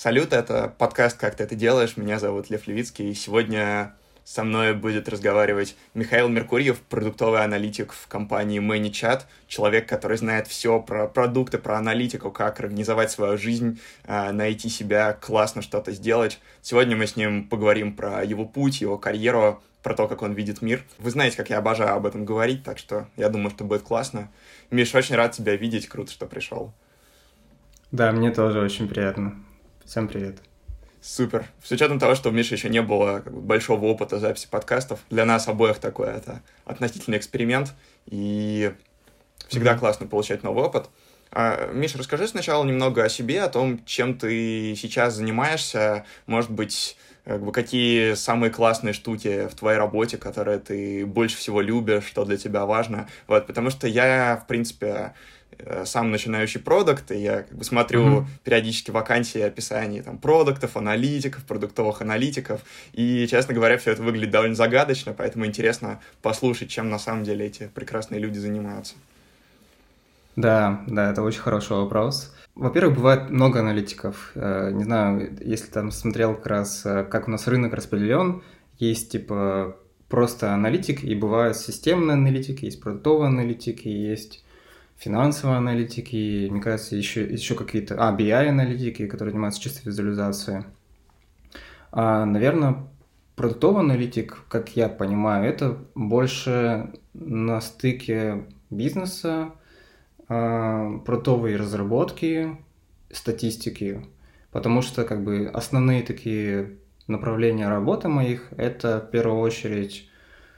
Салют, это подкаст «Как ты это делаешь?». Меня зовут Лев Левицкий, и сегодня со мной будет разговаривать Михаил Меркурьев, продуктовый аналитик в компании ManyChat, человек, который знает все про продукты, про аналитику, как организовать свою жизнь, найти себя, классно что-то сделать. Сегодня мы с ним поговорим про его путь, его карьеру, про то, как он видит мир. Вы знаете, как я обожаю об этом говорить, так что я думаю, что будет классно. Миш, очень рад тебя видеть, круто, что пришел. Да, мне тоже очень приятно. Всем привет. Супер. С учетом того, что у Миши еще не было большого опыта записи подкастов, для нас обоих такой это относительный эксперимент, и всегда классно получать новый опыт. Миша, расскажи сначала немного о себе, о том, чем ты сейчас занимаешься, может быть, какие самые классные штуки в твоей работе, которые ты больше всего любишь, что для тебя важно. Вот, потому что я, в принципе, сам начинающий продакт, и я смотрю периодически вакансии, описания там продуктов, аналитиков, продуктовых аналитиков, и, честно говоря, все это выглядит довольно загадочно, поэтому интересно послушать, чем на самом деле эти прекрасные люди занимаются. Да, это очень хороший вопрос. Во-первых, бывает много аналитиков. Не знаю, если там смотрел как раз, как у нас рынок распределен, есть типа просто аналитик, и бывают системные аналитики, есть продуктовые аналитики, есть финансовые аналитики, мне кажется, еще какие-то... BI-аналитики, которые занимаются чистой визуализацией. Наверное, продуктовый аналитик, как я понимаю, это больше на стыке бизнеса, продуктовой разработки, статистики, потому что как бы основные такие направления работы моих — это в первую очередь...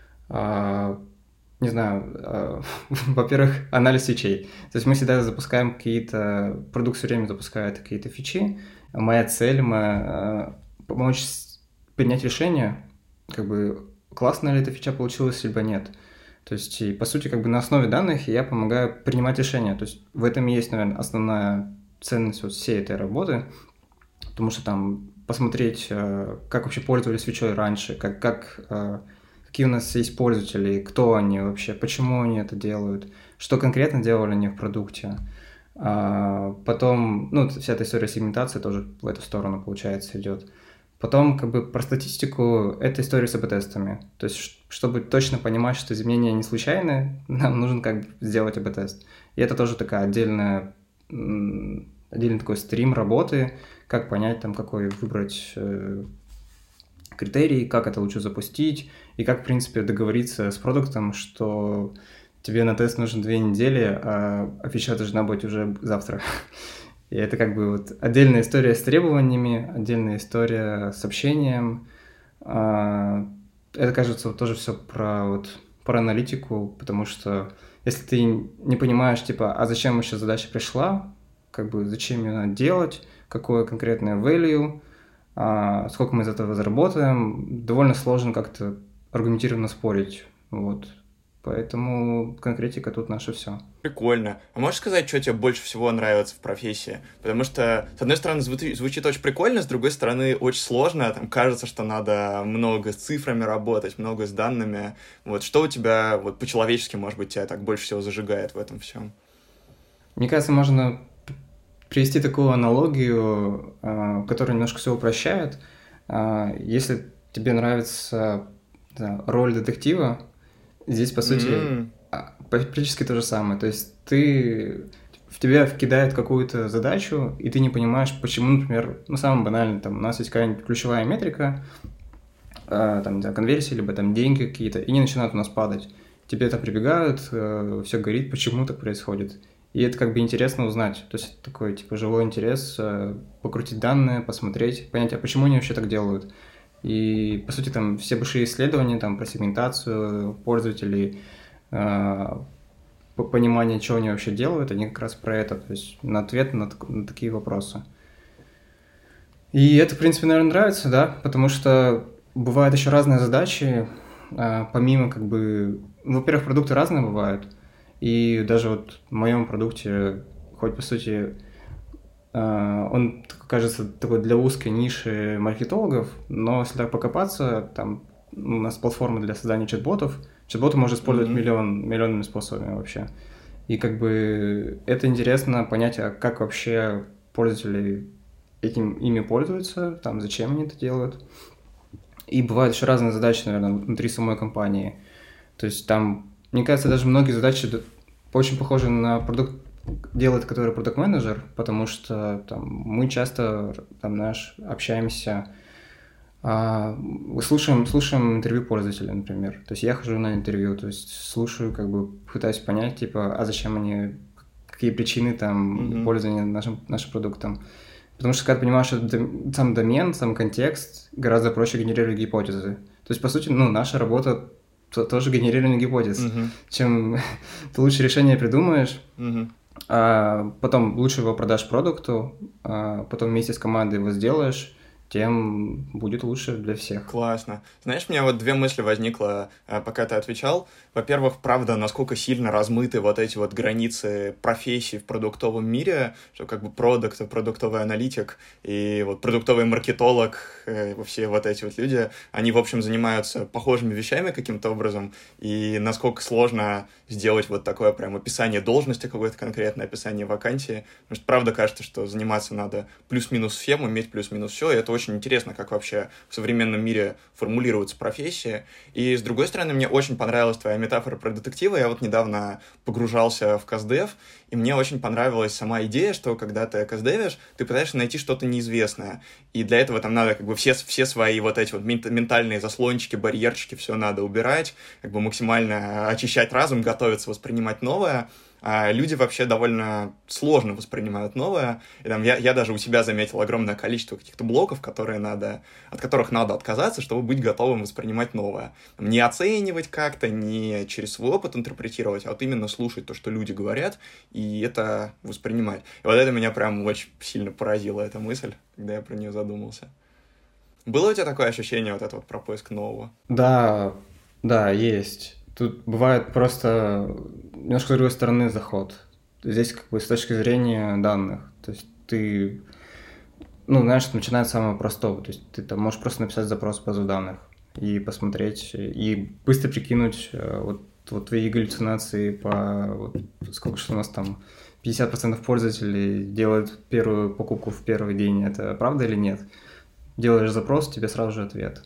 Не знаю, во-первых, анализ фичей. То есть мы всегда запускаем какие-то... Продукт все время запускает какие-то фичи. Моя цель — помочь принять решение, как бы классно ли эта фича получилась, либо нет. То есть, и, по сути, как бы на основе данных я помогаю принимать решения. То есть в этом и есть, наверное, основная ценность вот всей этой работы, потому что там посмотреть, как вообще пользовались фичой раньше, какие у нас есть пользователи, кто они вообще, почему они это делают, что конкретно делали они в продукте. Потом, вся эта история сегментации тоже в эту сторону, получается, идет. Потом, как бы, про статистику — это история с АБ-тестами. То есть, чтобы точно понимать, что изменения не случайны, нам нужно как бы сделать АБ-тест. И это тоже такая отдельный такой стрим работы, как понять, там, какой выбрать критерий, как это лучше запустить, и как, в принципе, договориться с продуктом, что тебе на тест нужно 2 недели, а фича должна быть уже завтра. И это как бы вот отдельная история с требованиями, отдельная история с общением. Это, кажется, тоже все про аналитику, потому что если ты не понимаешь, типа, а зачем вообще задача пришла, как бы зачем ее надо делать, какое конкретное value, сколько мы из этого заработаем, довольно сложно как-то аргументированно спорить, вот. Поэтому конкретика тут наше все. Прикольно. А можешь сказать, что тебе больше всего нравится в профессии? Потому что, с одной стороны, звучит очень прикольно, с другой стороны, очень сложно. Там кажется, что надо много с цифрами работать, много с данными. Вот что у тебя, вот по-человечески, может быть, тебя так больше всего зажигает в этом всем? Мне кажется, можно привести такую аналогию, которая немножко все упрощает. Если тебе нравится роль детектива, здесь, по сути, практически то же самое. То есть в тебя вкидают какую-то задачу, и ты не понимаешь, почему, например, самое банальное, там, у нас есть какая-нибудь ключевая метрика, там, конверсии, либо там деньги какие-то, и они начинают у нас падать. Тебе там прибегают, все горит, почему так происходит. И это как бы интересно узнать. То есть это такой, типа, живой интерес, покрутить данные, посмотреть, понять, а почему они вообще так делают. И, по сути, там все большие исследования там, про сегментацию пользователей, понимание, что они вообще делают, они как раз про это, то есть на ответ на такие вопросы. И это, в принципе, наверное, нравится, да, потому что бывают еще разные задачи, помимо как бы... Во-первых, продукты разные бывают, и даже вот в моем продукте, хоть, по сути, он, кажется, такой для узкой ниши маркетологов, но если так покопаться, там у нас платформа для создания чат-ботов. Чат-боты можно использовать миллионными способами вообще. И как бы это интересно понять, а как вообще пользователи ими пользуются, там, зачем они это делают. И бывают еще разные задачи, наверное, внутри самой компании. То есть там, мне кажется, даже многие задачи очень похожи на продукт, делает который продакт-менеджер, потому что там, мы часто там, общаемся, слушаем интервью пользователя, например. То есть я хожу на интервью, то есть слушаю, как бы пытаюсь понять, типа, а зачем они, какие причины там пользования нашим продуктом. Потому что когда ты понимаешь, что сам домен, сам контекст, гораздо проще генерировать гипотезы. То есть, по сути, наша работа тоже генерирование гипотез. Чем ты лучше решение придумаешь, а потом лучше его продашь продукту, а потом вместе с командой его сделаешь, тем будет лучше для всех. Классно. Знаешь, у меня вот две мысли возникло, пока ты отвечал. Во-первых, правда, насколько сильно размыты вот эти вот границы профессий в продуктовом мире, что как бы продуктовый аналитик и вот продуктовый маркетолог, все вот эти вот люди, они, в общем, занимаются похожими вещами каким-то образом, и насколько сложно сделать вот такое прям описание должности, какое-то конкретное описание вакансии. Потому что, правда, кажется, что заниматься надо плюс-минус всем, уметь плюс-минус все, и это очень интересно, как вообще в современном мире формулируются профессии. И, с другой стороны, мне очень понравилась твоя метафора про детектива. Я вот недавно погружался в КазДев, и мне очень понравилась сама идея, что когда ты КазДевишь, ты пытаешься найти что-то неизвестное. И для этого там надо как бы все свои вот эти вот ментальные заслончики, барьерчики, все надо убирать, как бы максимально очищать разум, готовиться воспринимать новое. А люди вообще довольно сложно воспринимают новое. И там я даже у себя заметил огромное количество каких-то блоков, от которых надо отказаться, чтобы быть готовым воспринимать новое. Не оценивать как-то, не через свой опыт интерпретировать, а вот именно слушать то, что люди говорят, и это воспринимать. И вот это меня прям очень сильно поразила, эта мысль, когда я про нее задумался. Было у тебя такое ощущение, вот это вот про поиск нового? Да, есть. Тут бывает просто немножко с другой стороны заход. Здесь как бы с точки зрения данных. То есть ты, знаешь, начинается с самого простого. То есть ты там можешь просто написать запрос в базу данных и посмотреть, и быстро прикинуть вот твои галлюцинации по... сколько же у нас там 50% пользователей делают первую покупку в первый день. Это правда или нет? Делаешь запрос, тебе сразу же ответ.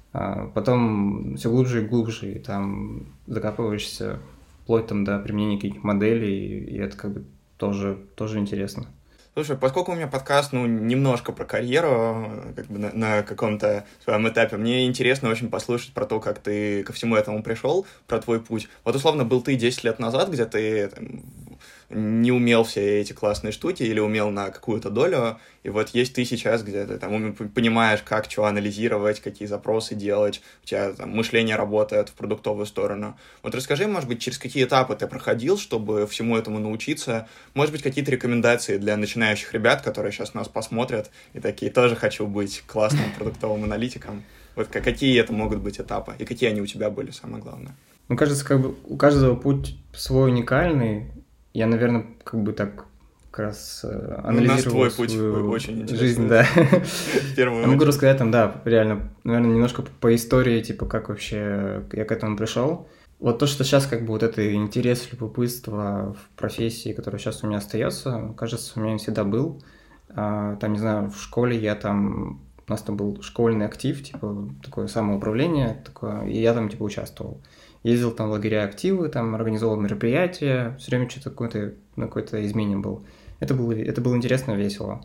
Потом все глубже и глубже, и там закапываешься вплоть там до применения каких-то моделей, и это как бы тоже интересно. Слушай, поскольку у меня подкаст, немножко про карьеру, как бы на каком-то своем этапе, мне интересно очень послушать про то, как ты ко всему этому пришел, про твой путь. Вот, условно, был ты 10 лет назад, где ты не умел все эти классные штуки или умел на какую-то долю, и вот есть ты сейчас, где ты там понимаешь, как что анализировать, какие запросы делать, у тебя там мышление работает в продуктовую сторону. Вот расскажи, может быть, через какие этапы ты проходил, чтобы всему этому научиться, может быть, какие-то рекомендации для начинающих ребят, которые сейчас нас посмотрят и такие, тоже хочу быть классным продуктовым аналитиком. Вот какие это могут быть этапы, и какие они у тебя были, самое главное? Кажется, как бы у каждого путь свой уникальный. Я, наверное, как бы так как раз анализировал свою очень жизнь, да. Я могу рассказать там, да, реально, наверное, немножко по истории, типа, как вообще я к этому пришел. Вот то, что сейчас как бы вот это интерес, любопытство в профессии, которое сейчас у меня остается, кажется, у меня всегда был. Там, не знаю, в школе у нас там был школьный актив, типа, такое самоуправление, такое, и я там, типа, участвовал. Ездил там в лагеря активы, там организовал мероприятия, все время что-то на какой-то измене был. Это было интересно, весело.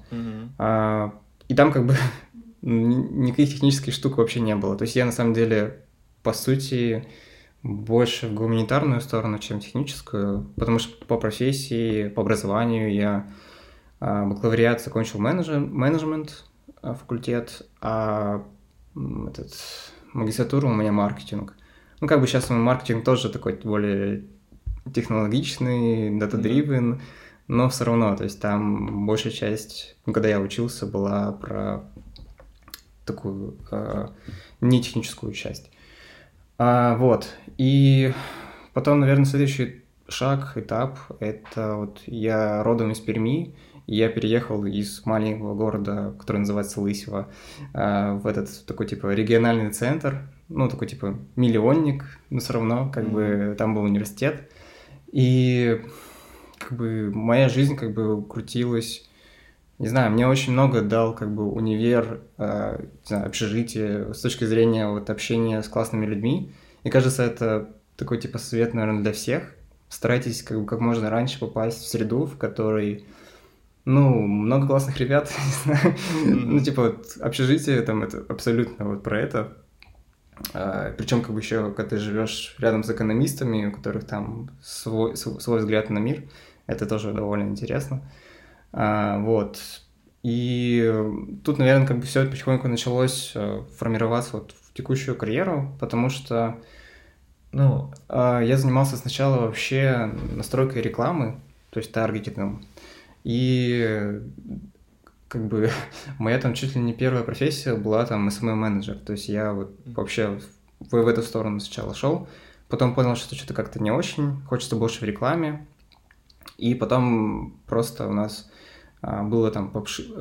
И там как бы никаких технических штук вообще не было. То есть я на самом деле, по сути, больше в гуманитарную сторону, чем техническую, потому что по профессии, по образованию я бакалавриат закончил менеджмент, факультет, а магистратура у меня маркетинг. Как бы сейчас маркетинг тоже такой более технологичный, data-driven, но все равно, то есть там большая часть, когда я учился, была про такую нетехническую часть. Вот. И потом, наверное, следующий этап, это вот я родом из Перми, и я переехал из маленького города, который называется Лысьва, в этот такой типа региональный центр, такой типа миллионник, но все равно как бы там был университет, и как бы моя жизнь как бы крутилась Не знаю, мне очень много дал как бы универ, не знаю, общежитие с точки зрения вот общения с классными людьми. И кажется, это такой типа совет, наверное, для всех. Старайтесь как бы как можно раньше попасть в среду, в которой, ну, много классных ребят, не знаю. Ну, типа вот общежитие там это абсолютно вот про это. Причем как бы еще, когда ты живешь рядом с экономистами, у которых там свой взгляд на мир, это тоже довольно интересно. Вот. И тут, наверное, как бы все это потихоньку началось формироваться вот в текущую карьеру, потому что, ну, я занимался сначала вообще настройкой рекламы, то есть таргетингом, и как бы моя там чуть ли не первая профессия была там SMM-менеджер, то есть я вот вообще в эту сторону сначала шел, потом понял, что что-то как-то не очень, хочется больше в рекламе, и потом просто у нас было там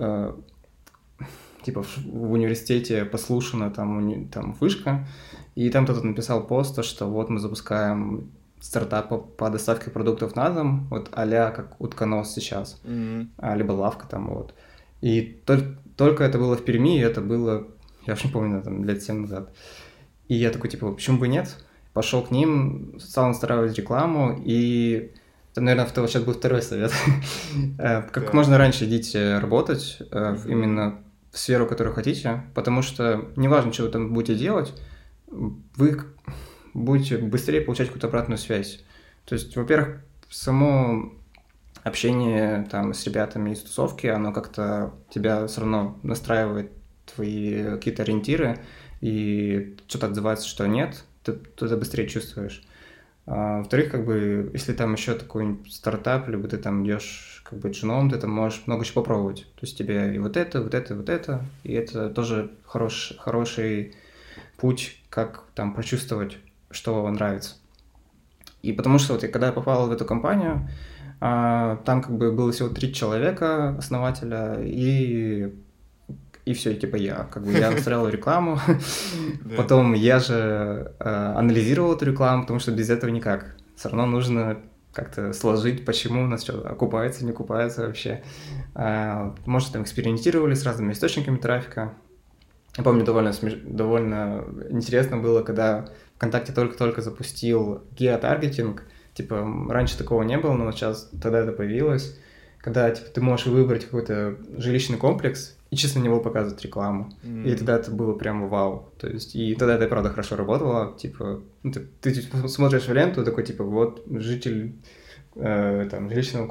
типа в университете послушано там вышка, и там кто-то написал пост, что вот мы запускаем стартап по доставке продуктов на дом, вот а-ля как Утконос сейчас, либо Лавка там вот. И только это было в Перми, и это было, я уж не помню, там лет 7 назад. И я такой, типа, почему бы нет? Пошел к ним, стал настраивать рекламу, и это, наверное, сейчас будет второй совет. Как можно раньше идите работать именно в сферу, которую хотите, потому что неважно, что вы там будете делать, вы будете быстрее получать какую-то обратную связь. То есть, во-первых, само общение там с ребятами из тусовки, оно как-то тебя все равно настраивает твои какие-то ориентиры, и что-то отзывается, что нет, ты это быстрее чувствуешь. Во-вторых, как бы, если там еще такой стартап, либо ты там идешь как бы джуном, ты там можешь много чего попробовать. То есть тебе и вот это, и это тоже хороший путь, как там прочувствовать, что вам нравится. И потому что вот когда я попал в эту компанию, там как бы было всего 3 человека, основателя, и все, типа я настраивал рекламу, потом я же анализировал эту рекламу, потому что без этого никак. Все равно нужно как-то сложить, почему у нас что окупается, не окупается вообще. Может, там экспериментировали с разными источниками трафика. Я помню, довольно интересно было, когда ВКонтакте только-только запустил геотаргетинг. Типа, раньше такого не было, но сейчас тогда это появилось. Когда типа, ты можешь выбрать какой-то жилищный комплекс и чисто на него показывать рекламу. И тогда это было прям вау. То есть, и тогда это, правда, хорошо работало. Типа, ну, ты типа, смотришь в ленту, такой, типа, вот, житель там, жилищного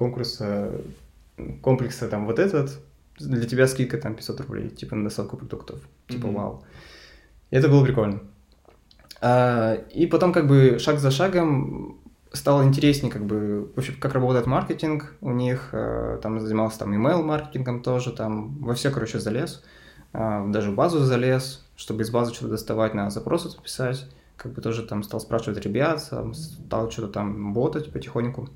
комплекса там вот этот, для тебя скидка там 500 рублей, типа, на доставку продуктов. Типа, вау. И это было прикольно. И потом, как бы, шаг за шагом стало интереснее, как бы, вообще, как работает маркетинг у них, там занимался там email-маркетингом тоже, там во все, короче, залез, даже в базу залез, чтобы из базы что-то доставать, надо запросы писать, как бы тоже там стал спрашивать ребят, стал что-то там ботать потихоньку.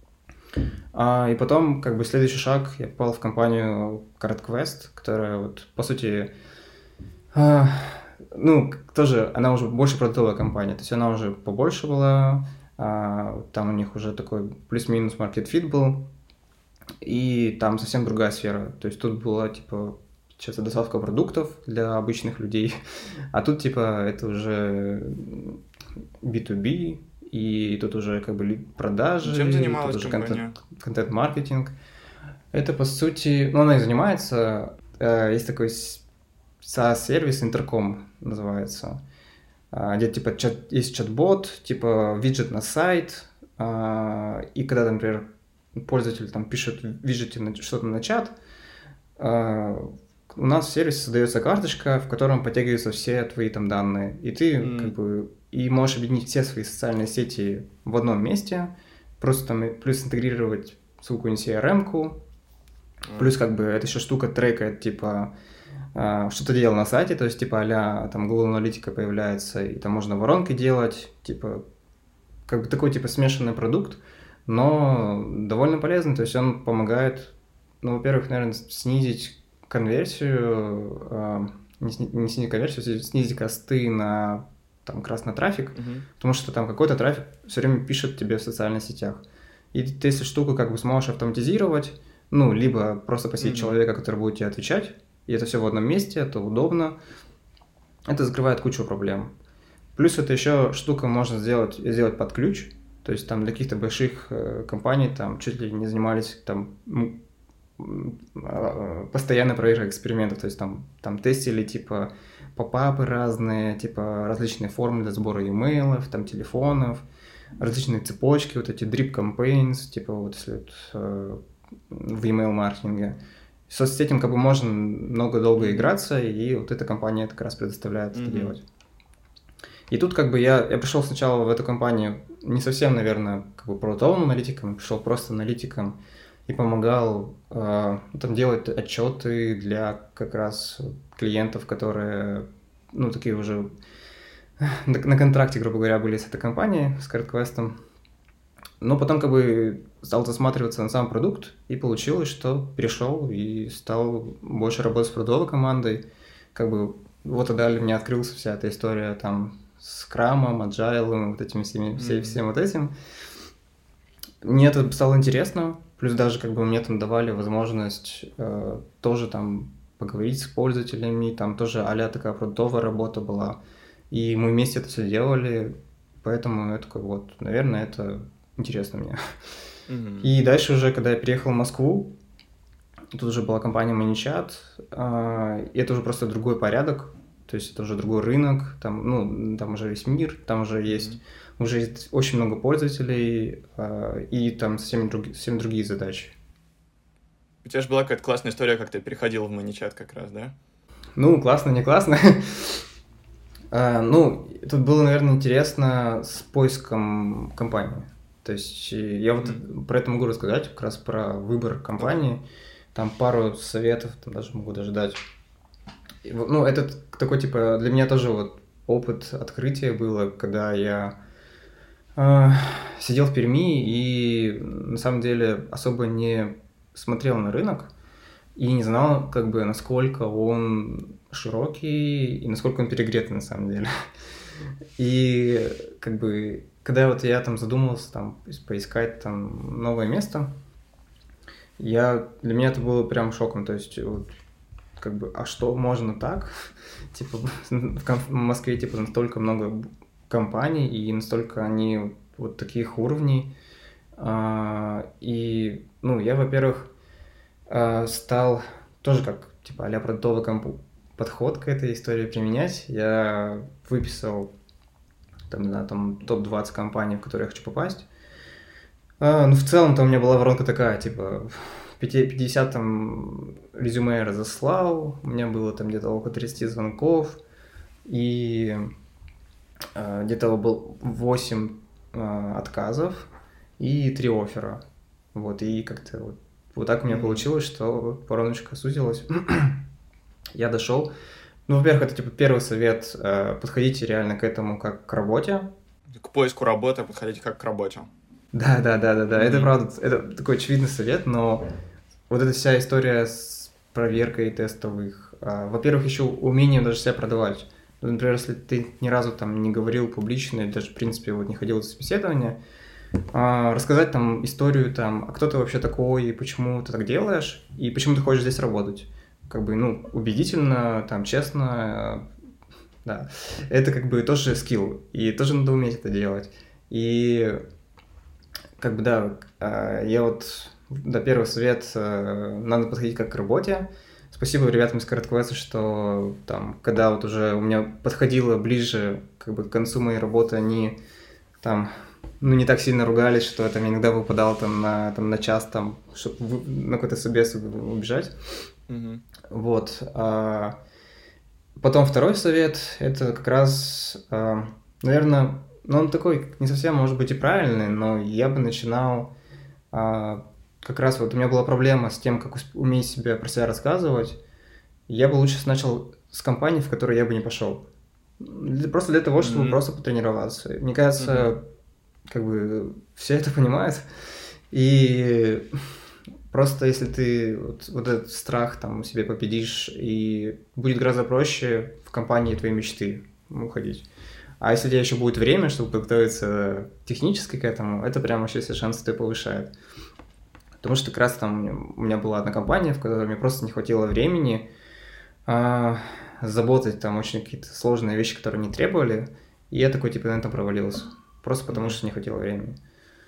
И потом, как бы, следующий шаг, я попал в компанию CardQuest, которая вот, по сути, ну, тоже, она уже больше продуктовая компания, то есть она уже побольше была, там у них уже такой плюс-минус маркет-фит был, и там совсем другая сфера. То есть тут была, типа, сейчас доставка продуктов для обычных людей, а тут, типа, это уже B2B, и тут уже, как бы, продажи, чем занималась тут уже компания? контент-маркетинг. Это, по сути, ну, она и занимается, есть такой SaaS-сервис, Интерком называется, где типа есть чат-бот, типа виджет на сайт, и когда, например, пользователь там пишет в виджете что-то на чат, у нас в сервисе создается карточка, в котором подтягиваются все твои там данные, и ты как бы и можешь объединить все свои социальные сети в одном месте, просто там плюс интегрировать ссылку на CRM-ку, плюс как бы эта еще штука трекает, типа, что ты делал на сайте, то есть, типа, а-ля, там, Google Аналитика появляется, и там можно воронки делать, типа, как бы такой, типа, смешанный продукт, но довольно полезный, то есть он помогает, ну, во-первых, наверное, снизить конверсию, не снизить конверсию, снизить косты на, там, как раз на трафик, потому что там какой-то трафик все время пишет тебе в социальных сетях. И ты, если штуку как бы сможешь автоматизировать, Ну, либо просто посетить человека, который будет тебе отвечать, и это все в одном месте, это удобно. Это закрывает кучу проблем. Плюс это еще штука можно сделать под ключ. То есть там для каких-то больших компаний там чуть ли не занимались там постоянно проверкой экспериментов. То есть там тестили типа попапы разные, типа различные формы для сбора имейлов, там телефонов, различные цепочки, вот эти drip campaigns, типа вот если в email-маркетинге. С этим как бы можно долго играться, и вот эта компания как раз предоставляет это делать. И тут как бы я пришел сначала в эту компанию не совсем, наверное, как бы продуктовым аналитиком, пришел просто аналитиком и помогал там делать отчеты для как раз клиентов, которые, ну, такие уже на контракте, грубо говоря, были с этой компанией, с CardQuest. Но потом как бы стал засматриваться на сам продукт, и получилось, что перешел и стал больше работать с продуктовой командой. Как бы вот и далее мне открылась вся эта история там с крамом, agile, вот этими всем вот этим. Мне это стало интересно, плюс даже как бы мне там давали возможность тоже там поговорить с пользователями, там тоже а-ля такая продуктовая работа была, и мы вместе это все делали, поэтому я такой вот, наверное, это интересно мне. И дальше уже, когда я переехал в Москву, тут уже была компания ManyChat, и это уже просто другой порядок, то есть это уже другой рынок, там уже весь мир, там уже есть очень много пользователей, и там совсем другие задачи. У тебя же была какая-то классная история, как ты переходил в ManyChat как раз, да? Ну, классно, не классно. Ну, тут было, наверное, интересно с поиском компании. То есть я вот про это могу рассказать, как раз про выбор компании. Там пару советов, там даже могу даже дать. Ну, это такой, типа, для меня тоже вот опыт открытия было, когда я сидел в Перми и на самом деле особо не смотрел на рынок и не знал, как бы, насколько он широкий и насколько он перегретый на самом деле. И как бы, когда вот я там задумался там поискать там новое место, для меня это было прям шоком, то есть вот, как бы, а что можно так? Типа в Москве типа настолько много компаний и настолько они вот таких уровней. И, ну, я, во-первых, стал тоже как, типа, а-ля продуктовый подход к этой истории применять. Я выписал там топ-20 компаний, в которые я хочу попасть. Ну, в целом-то у меня была воронка такая, типа, 50 там резюме я разослал, у меня было там где-то около 30 звонков, и где-то был 8 отказов и 3 оффера. Вот, и как-то вот так у меня получилось, что вороночка сузилась. Я дошел. Ну, во-первых, это типа первый совет, подходите реально к этому как к работе. К поиску работы подходите как к работе. Да, это правда, это такой очевидный совет, но вот эта вся история с проверкой тестовых, во-первых, еще умением даже себя продавать. Например, если ты ни разу там не говорил публично, или даже, в принципе, вот не ходил на собеседование, рассказать там историю, там, а кто ты вообще такой, и почему ты так делаешь, и почему ты хочешь здесь работать. Как бы, ну, убедительно, там, честно, да. Это как бы тоже скилл, и тоже надо уметь это делать. И как бы, да, я вот, да, первый совет, надо подходить как к работе. Спасибо ребятам из CardQuest, что там, когда вот уже у меня подходило ближе как бы к концу моей работы, они там, ну, не так сильно ругались, что я там иногда выпадал там на час, там, чтобы на какой-то собес убежать. Вот. Потом второй совет, это как раз, наверное, ну, он такой не совсем, может быть, и правильный, но я бы начинал как раз вот у меня была проблема с тем, как уметь про себя рассказывать. Я бы лучше начал с компании, в которую я бы не пошел. Просто для того, чтобы просто потренироваться. Мне кажется, как бы все это понимают. И просто если ты вот этот страх там у себя победишь, и будет гораздо проще в компании твоей мечты уходить. А если у тебя еще будет время, чтобы подготовиться технически к этому, это прям вообще все шансы тебе повышает. Потому что как раз там у меня была одна компания, в которой мне просто не хватило времени заботать там очень какие-то сложные вещи, которые не требовали, и я такой, типа, на этом провалился. Просто потому что не хватило времени.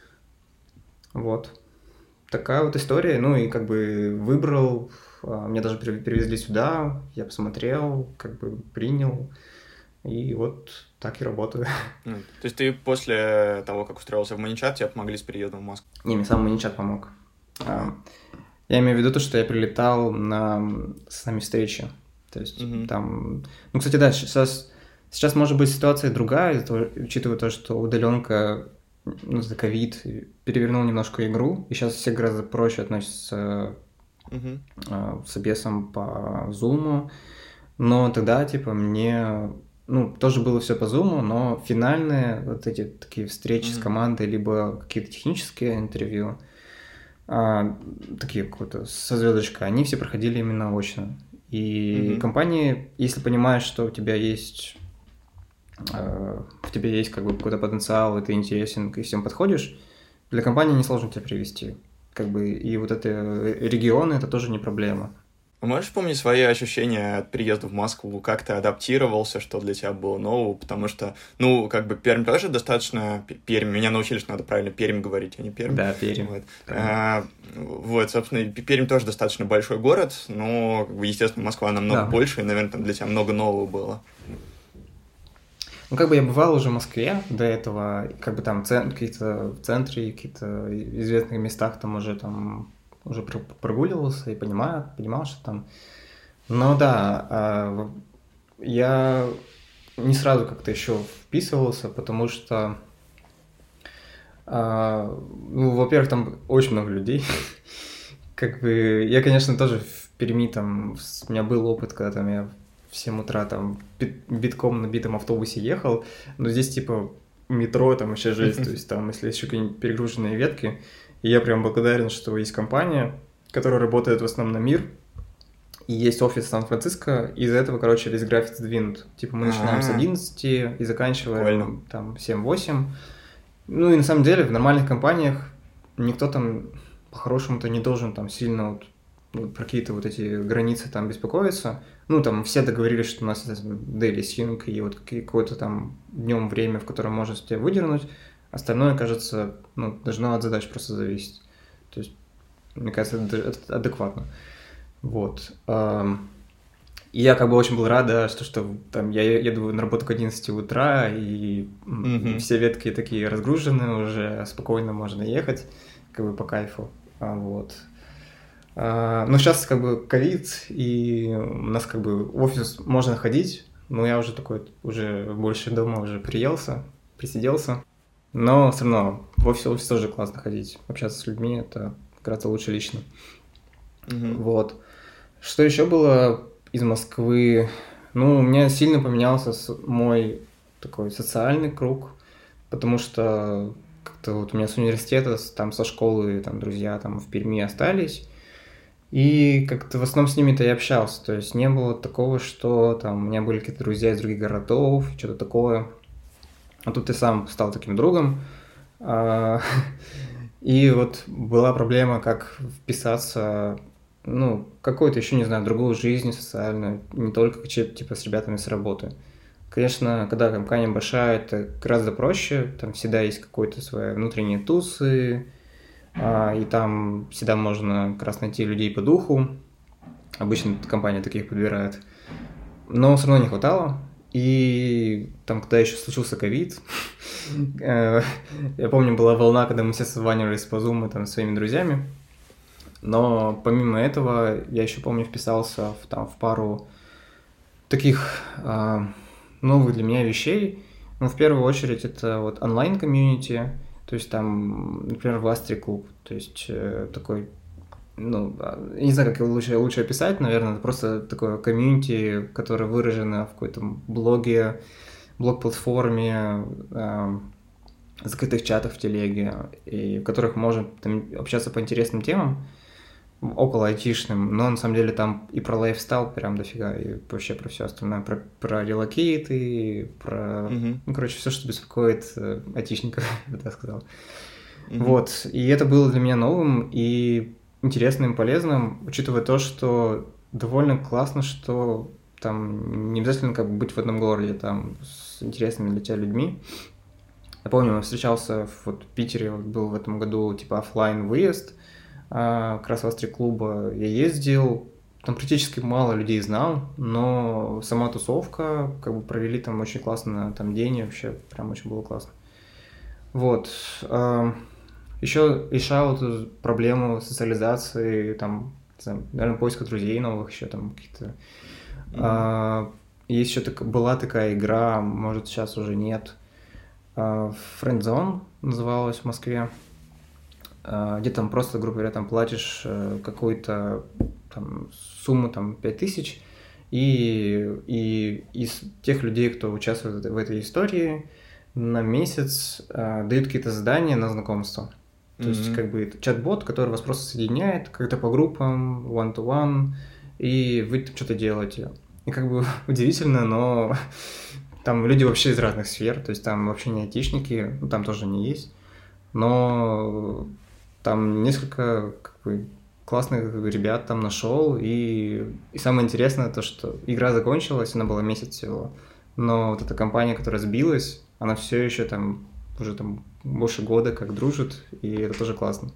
Вот. Такая вот история. Ну и как бы выбрал, меня даже перевезли сюда, я посмотрел, как бы принял, и вот так и работаю. То есть ты после того, как устроился в ManyChat, тебе помогли с переездом в Москву? Не, мне сам ManyChat помог. Я имею в виду то, что я прилетал на сами встречи. То есть там... Ну, кстати, да, сейчас может быть ситуация другая, учитывая то, что удаленка, ну, за ковид перевернул немножко игру, и сейчас все гораздо проще относятся с собесом по Zoom. Но тогда, типа, мне... Ну, тоже было все по Zoom, но финальные вот эти такие встречи с командой, либо какие-то технические интервью, такие какие-то со звездочкой, они все проходили именно очно. И компании, если понимаешь, что у тебя есть как бы какой-то потенциал, и ты интересен, и всем подходишь, для компании несложно тебя привести. Как бы, и вот это регионы, это тоже не проблема. Можешь помнить свои ощущения от приезда в Москву? Как ты адаптировался, что для тебя было нового? Потому что, ну, как бы Пермь тоже достаточно... Пермь, меня научили, что надо правильно Пермь говорить, а не Пермь. Да, Пермь. Вот, собственно, Пермь тоже достаточно большой город, но, естественно, Москва намного больше, и, наверное, там для тебя много нового было. Ну, как бы я бывал уже в Москве до этого, как бы там какие-то в центре, какие-то известных местах там уже прогуливался и понимал, что там... Но да, я не сразу как-то еще вписывался, потому что, ну, во-первых, там очень много людей. Как бы я, конечно, тоже в Перми там, у меня был опыт, когда там я в 7 утра там битком набитом автобусе ехал, но здесь типа метро там вообще жесть, то есть там, если еще какие-нибудь перегруженные ветки, и я прям благодарен, что есть компания, которая работает в основном на мир, и есть офис в Сан-Франциско, и из-за этого, короче, весь график сдвинут. Типа мы начинаем с 11 и заканчиваем там 7-8. Ну и на самом деле в нормальных компаниях никто там по-хорошему-то не должен там сильно вот про какие-то вот эти границы там беспокоиться. Ну, там все договорились, что у нас daily sync и вот какое-то там днем время, в котором можно тебе выдернуть. Остальное, кажется, ну, должно от задач просто зависеть. То есть, мне кажется, это адекватно. Вот. И я как бы очень был рад, да, что там я еду на работу к 11 утра, и все ветки такие разгружены уже, спокойно можно ехать, как бы по кайфу. Вот. Но сейчас как бы ковид, и у нас как бы в офис можно ходить, но я уже такой, уже больше дома уже присиделся. Но все равно в офис тоже классно ходить, общаться с людьми, это гораздо лучше лично. Вот. Что еще было из Москвы? Ну, у меня сильно поменялся мой такой социальный круг, потому что как-то вот у меня с университета, там со школы, там друзья там в Перми остались, и как-то в основном с ними-то я общался, то есть не было такого, что там у меня были какие-то друзья из других городов, что-то такое. А тут ты сам стал таким другом. И вот была проблема, как вписаться, ну, какую-то еще, не знаю, другую жизнь социальную, не только типа с ребятами с работы. Конечно, когда компания большая, это гораздо проще, там всегда есть какие-то свои внутренние тусы, и там всегда можно как раз найти людей по духу. Обычно компания таких подбирает. Но все равно не хватало. И там, когда еще случился ковид, я помню, была волна, когда мы все созванивались по Zoom там, с своими друзьями. Но помимо этого, я еще помню, вписался в пару таких новых для меня вещей. Ну, в первую очередь, это вот онлайн-комьюнити, то есть там, например, Властри клуб, то есть такой, ну, я не знаю, как его лучше описать, наверное, это просто такое комьюнити, которое выражено в какой-то блоге, блог-платформе, закрытых чатах в телеге, и в которых можно там общаться по интересным темам, около айтишным, но на самом деле там и про лайфстайл прям дофига, и вообще про все остальное, про релокейты, про, ну, короче, все, что беспокоит айтишников, я бы так сказал. Вот, и это было для меня новым и интересным, полезным, учитывая то, что довольно классно, что там не обязательно как бы быть в одном городе, там, с интересными для тебя людьми. Я помню, я встречался в Питере, был в этом году, типа, оффлайн выезд, как раз в Астри-клуба я ездил, там практически мало людей знал, но сама тусовка, как бы провели там очень классно там день, вообще прям очень было классно. Вот. Еще решал эту проблему социализации, там, наверное, поиска друзей новых, еще там какие-то... Есть еще была такая игра, может, сейчас уже нет, Friendzone называлась в Москве, где там просто, грубо говоря, там платишь какую-то там сумму, там, 5000, и из тех людей, кто участвует в этой истории, на месяц дают какие-то задания на знакомство. То есть, как бы, это чат-бот, который вас просто соединяет как-то по группам, one-to-one, и вы что-то делаете. И как бы удивительно, но там люди вообще из разных сфер, то есть там вообще не айтишники, ну, там тоже не есть, но там несколько как бы классных ребят там нашел, и самое интересное то, что игра закончилась, она была месяц всего, но вот эта компания, которая сбилась, она все еще там уже там больше года как дружит, и это тоже классно.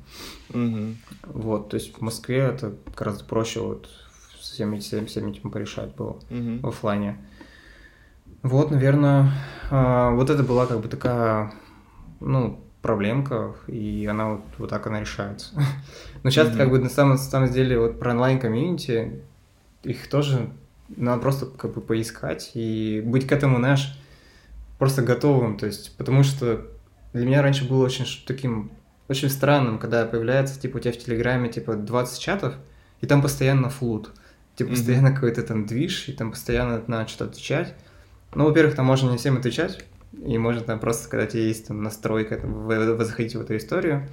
Вот, то есть в Москве это гораздо проще вот всем этим порешать было в оффлайне. Вот, наверное, вот это была как бы такая, ну, проблемка, и она вот так она решается. Но часто как бы на самом деле вот про онлайн-комьюнити, их тоже надо просто как бы поискать и быть к этому, знаешь, просто готовым, то есть, потому что для меня раньше было очень таким, очень странным, когда появляется, типа, у тебя в Телеграме, типа, 20 чатов, и там постоянно флут, типа, постоянно какой-то там движ, и там постоянно надо что-то отвечать. Ну, во-первых, там можно не всем отвечать, и можно там просто, когда у тебя есть там настройка, вы заходите в эту историю,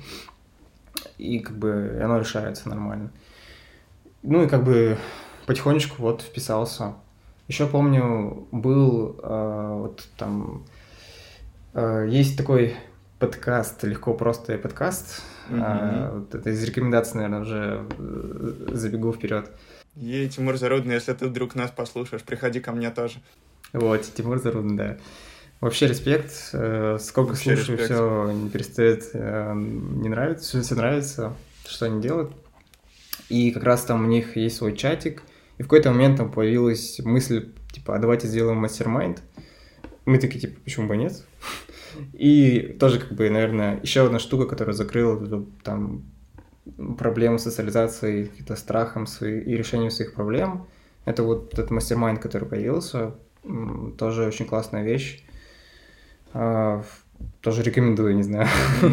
и как бы оно решается нормально. Ну, и как бы потихонечку вот вписался. Еще помню, был вот там... есть такой подкаст, легко просто подкаст. Вот это из рекомендаций, наверное, уже забегу вперед. Тимур Зарудный, если ты вдруг нас послушаешь, приходи ко мне тоже. Вот, Тимур Зарудный, да. Вообще респект. Сколько вообще слушаю, респект. Все не перестает не нравится, все нравится, что они делают. И как раз там у них есть свой чатик. И в какой-то момент там появилась мысль, типа, а давайте сделаем мастер-майнд. Мы такие, типа, почему бы нет? И тоже, как бы, наверное, еще одна штука, которая закрыла там проблему социализации, каким-то страхом и решением своих проблем. Это вот этот мастер-майнд, который появился. Тоже очень классная вещь. Тоже рекомендую, не знаю.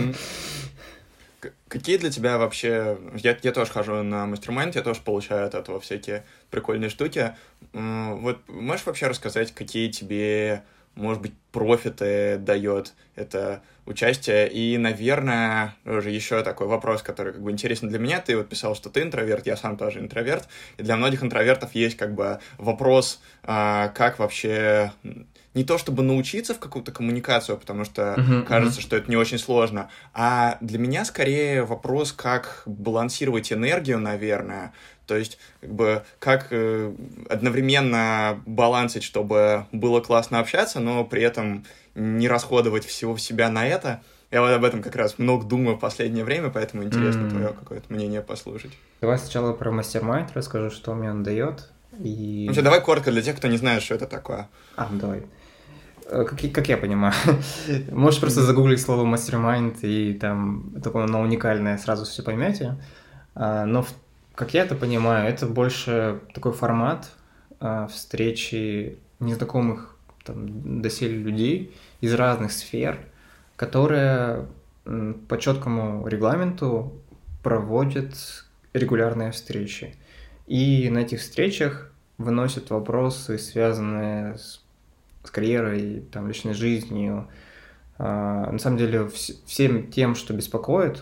Какие для тебя вообще... Я тоже хожу на мастер-майнд, я тоже получаю от этого всякие прикольные штуки. Вот можешь вообще рассказать, какие тебе, может быть, профиты дает это участие? И, наверное, уже еще такой вопрос, который как бы интересен для меня. Ты вот писал, что ты интроверт, я сам тоже интроверт. И для многих интровертов есть как бы вопрос, как вообще... Не то чтобы научиться в какую-то коммуникацию, потому что кажется, что это не очень сложно, а для меня скорее вопрос, как балансировать энергию, наверное. То есть, как бы, как одновременно балансить, чтобы было классно общаться, но при этом не расходовать всего в себя на это. Я вот об этом как раз много думаю в последнее время, поэтому интересно твое какое-то мнение послушать. Давай сначала про мастер-майнд расскажу, что мне он дает. И... Ну, давай коротко для тех, кто не знает, что это такое. Давай. Как я понимаю. Можешь просто загуглить слово мастер-майнд, и там такое оно уникальное, сразу все поймете. Но, как я это понимаю, это больше такой формат встречи незнакомых там, доселе людей из разных сфер, которые по четкому регламенту проводят регулярные встречи. И на этих встречах выносят вопросы, связанные с карьерой, там, личной жизнью, на самом деле всем тем, что беспокоит.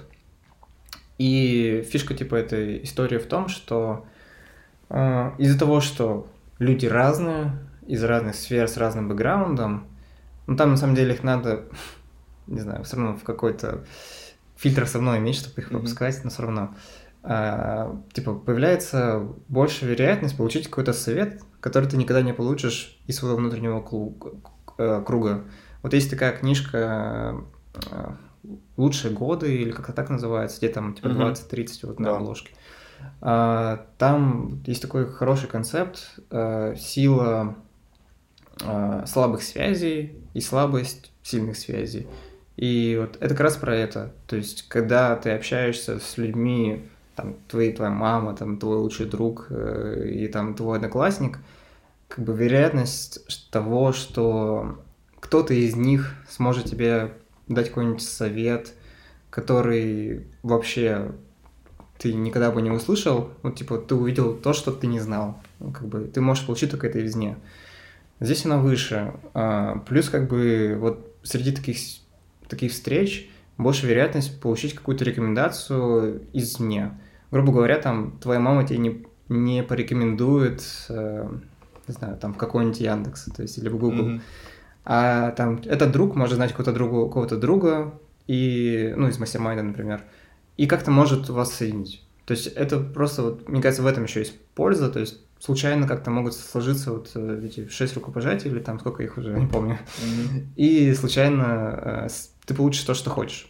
И фишка типа этой истории в том, что из-за того, что люди разные, из разных сфер с разным бэкграундом, ну там на самом деле их надо, не знаю, все равно в фильтр все равно иметь, чтобы их пропускать, но все равно. Типа, появляется больше вероятность получить какой-то совет, который ты никогда не получишь из своего внутреннего круга. Вот есть такая книжка «Лучшие годы», или как-то так называется, где там типа 20-30 вот на обложке. Там есть такой хороший концепт сила слабых связей и слабость сильных связей. И вот это как раз про это. То есть, когда ты общаешься с людьми, там, твоя мама, там, твой лучший друг и там твой одноклассник, как бы вероятность того, что кто-то из них сможет тебе дать какой-нибудь совет, который вообще ты никогда бы не услышал, вот типа ты увидел то, что ты не знал, как бы ты можешь получить только это извне. Здесь она выше. Плюс как бы вот среди таких встреч больше вероятность получить какую-то рекомендацию извне. Грубо говоря, там твоя мама тебе не порекомендует, не знаю, там в какой-нибудь Яндекс, то есть или в Google. А там этот друг может знать какого-то друга, и, ну, из мастер-майнда, например, и как-то может вас соединить. То есть это просто, вот, мне кажется, в этом еще есть польза, то есть случайно как-то могут сложиться вот эти 6 рукопожатий, или там сколько их уже, не помню, и случайно ты получишь то, что хочешь.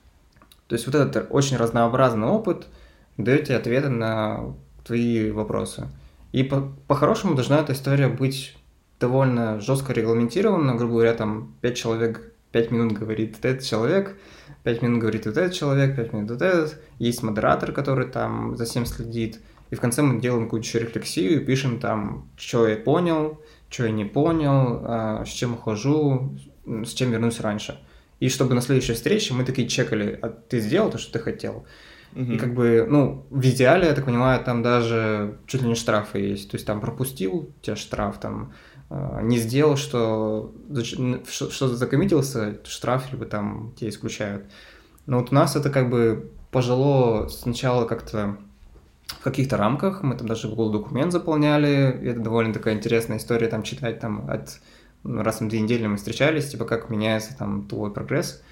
То есть вот этот очень разнообразный опыт дает тебе ответы на твои вопросы. И по-хорошему должна эта история быть довольно жестко регламентирована, грубо говоря, там 5 человек 5 минут говорит этот человек, 5 минут говорит вот этот человек, 5 минут вот этот. Есть модератор, который там за всем следит. И в конце мы делаем какую-то рефлексию и пишем там, что я понял, что я не понял, с чем ухожу, с чем вернусь раньше. И чтобы на следующей встрече мы такие чекали, а ты сделал то, что ты хотел. И как бы, ну, в идеале, я так понимаю, там даже чуть ли не штрафы есть. То есть там пропустил, у тебя штраф, там не сделал, что закоммитился, штраф, либо там тебя исключают. Но вот у нас это как бы пожило сначала как-то в каких-то рамках, мы там даже Google документ заполняли, и это довольно такая интересная история, там читать там раз в 2 недели мы встречались, типа как меняется там твой прогресс.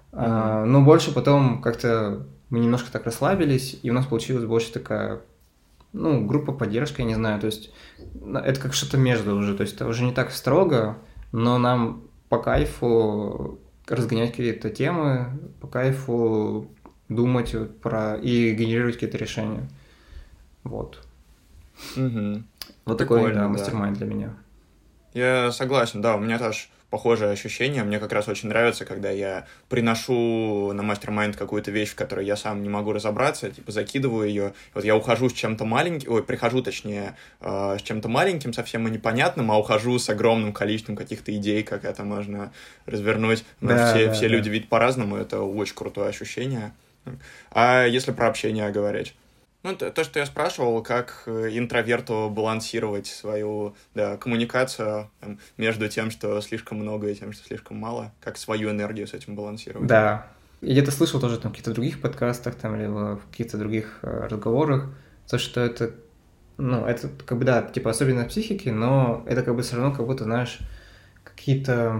Но больше потом как-то мы немножко так расслабились, и у нас получилась больше такая, ну, группа поддержки, я не знаю, то есть это как что-то между уже, то есть это уже не так строго, но нам по кайфу разгонять какие-то темы, по кайфу думать про и генерировать какие-то решения. Вот. Вот такой, да, мастер-майнд для меня. Я согласен, да, у меня тоже похожее ощущение. Мне как раз очень нравится, когда я приношу на мастер-майнд какую-то вещь, в которой я сам не могу разобраться, типа закидываю ее. Вот я ухожу с чем-то маленьким, прихожу, точнее, с чем-то маленьким, совсем и непонятным, а ухожу с огромным количеством каких-то идей, как это можно развернуть. Все люди видят по-разному, это очень крутое ощущение. А если про общение говорить? Ну, то, что я спрашивал, как интроверту балансировать свою коммуникацию между тем, что слишком много, и тем, что слишком мало, как свою энергию с этим балансировать. Да. Я где-то слышал тоже там в каких-то других подкастах, там, либо в каких-то других разговорах, то, что это, ну, это как бы, да, типа особенно в психике, но это как бы все равно как будто, знаешь, какие-то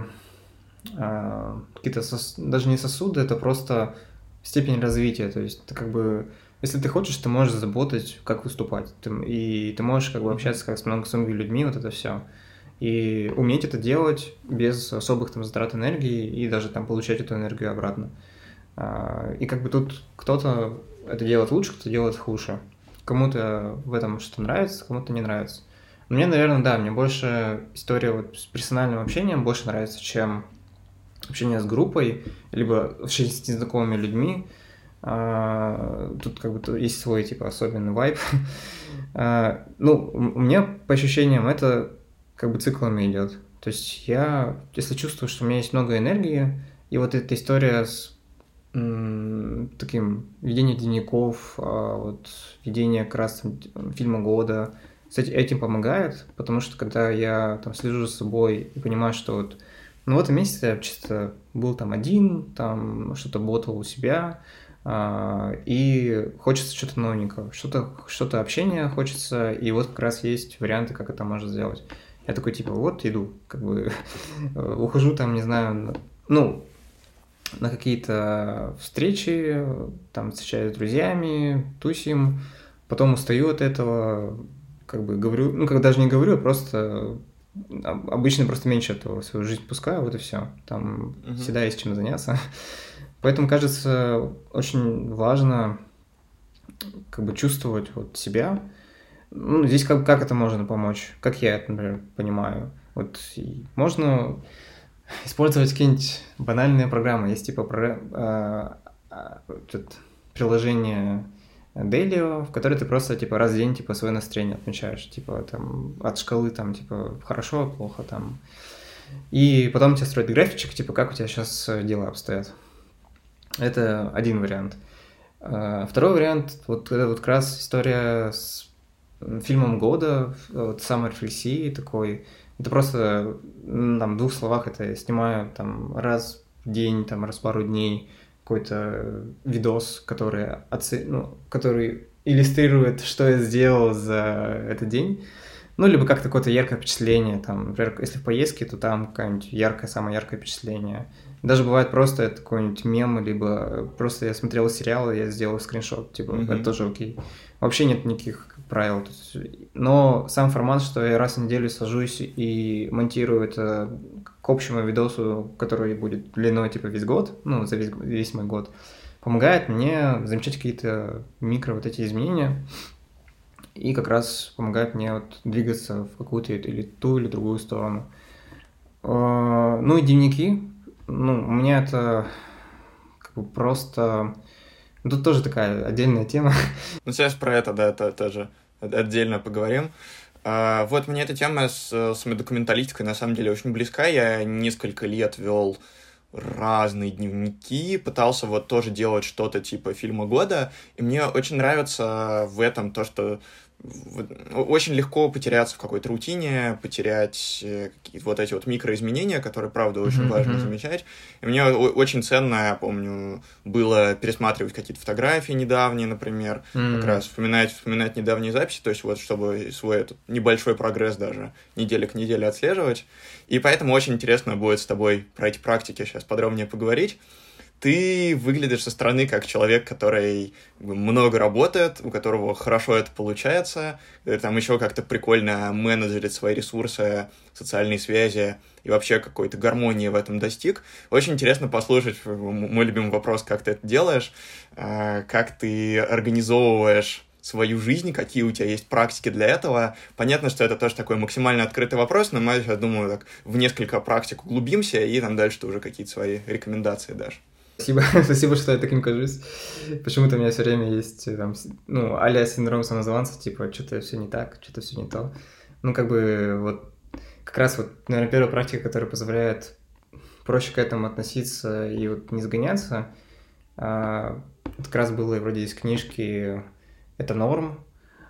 даже не сосуды, это просто степень развития, то есть это как бы... Если ты хочешь, ты можешь заботить, как выступать, и ты можешь как бы общаться как с многими людьми, вот это все. И уметь это делать без особых там затрат энергии и даже там получать эту энергию обратно. И как бы тут кто-то это делает лучше, кто-то делает хуже. Кому-то в этом что-то нравится, кому-то не нравится. Мне, наверное, да, мне больше история вот с персональным общением больше нравится, чем общение с группой, либо общение с незнакомыми людьми. Тут как бы есть свой типа особенный вайб. Ну, у меня по ощущениям это как бы циклами идет. То есть я, если чувствую, что у меня есть много энергии, и вот эта история с таким ведение дневников, вот ведение как раз фильма года, кстати, этим помогает, потому что когда я там слежу за собой и понимаю, что вот ну, в этом месяце я чисто был там один, там что-то ботал у себя, и хочется что-то новенького, что-то общения хочется, и вот как раз есть варианты, как это можно сделать. Я такой, типа, вот иду, как бы ухожу там, не знаю, ну, на какие-то встречи, там встречаюсь с друзьями, тусим, потом устаю от этого, как бы говорю, ну, как даже не говорю, а просто обычно просто меньше этого, свою жизнь пускаю, вот и все. Там всегда есть чем заняться. Поэтому, кажется, очень важно как бы чувствовать вот себя. Ну, здесь как это можно помочь? Как я это, например, понимаю? Вот можно использовать какие-нибудь банальные программы. Есть типа приложение Delio, в которое ты просто типа раз в день типа свое настроение отмечаешь, типа там от шкалы там типа хорошо, плохо там. И потом тебе строят графичек, типа как у тебя сейчас дела обстоят. Это один вариант. Второй вариант, вот это вот как раз история с фильмом года, вот саморефлексии такой. Это просто там в 2 словах это я снимаю там раз в день, там раз в пару дней какой-то видос, который иллюстрирует, что я сделал за этот день. Ну, либо как-то какое-то яркое впечатление, там, например, если в поездке, то там какое-нибудь самое яркое впечатление. Даже бывает просто это какой-нибудь мем, либо просто я смотрел сериал, и я сделал скриншот, типа, это тоже окей. Вообще нет никаких правил. Но сам формат, что я раз в неделю сажусь и монтирую это к общему видосу, который будет длиной, типа, весь год, ну, за весь мой год, помогает мне замечать какие-то микро вот эти изменения, и как раз помогает мне вот двигаться в какую-то или ту, или другую сторону. Ну и дневники. Ну, у меня это как бы просто... Тут тоже такая отдельная тема. Ну, сейчас про это, да, это тоже отдельно поговорим. Вот мне эта тема с документалистикой на самом деле очень близка. Я несколько лет вел разные дневники, пытался вот тоже делать что-то типа фильма года, и мне очень нравится в этом то, что очень легко потеряться в какой-то рутине, потерять какие-то вот эти вот микроизменения, которые, правда, очень важно замечать. И мне очень ценно, я помню, было пересматривать какие-то фотографии недавние, например, как раз вспоминать недавние записи, то есть вот чтобы свой этот небольшой прогресс даже неделя к неделе отслеживать. И поэтому очень интересно будет с тобой про эти практики сейчас подробнее поговорить. Ты выглядишь со стороны как человек, который много работает, у которого хорошо это получается, там еще как-то прикольно менеджерит свои ресурсы, социальные связи и вообще какой-то гармонии в этом достиг. Очень интересно послушать мой любимый вопрос, как ты это делаешь, как ты организовываешь свою жизнь, какие у тебя есть практики для этого. Понятно, что это тоже такой максимально открытый вопрос, но мы, я думаю, так в несколько практик углубимся, и там дальше ты уже какие-то свои рекомендации дашь. Спасибо, что я таким кажусь. Почему-то у меня все время есть, там, ну, а-ля синдром самозванца, типа, что-то все не так, что-то все не то. Ну, как бы, вот, как раз вот, наверное, первая практика, которая позволяет проще к этому относиться и вот не сгоняться, это как раз было вроде из книжки «Это норм»,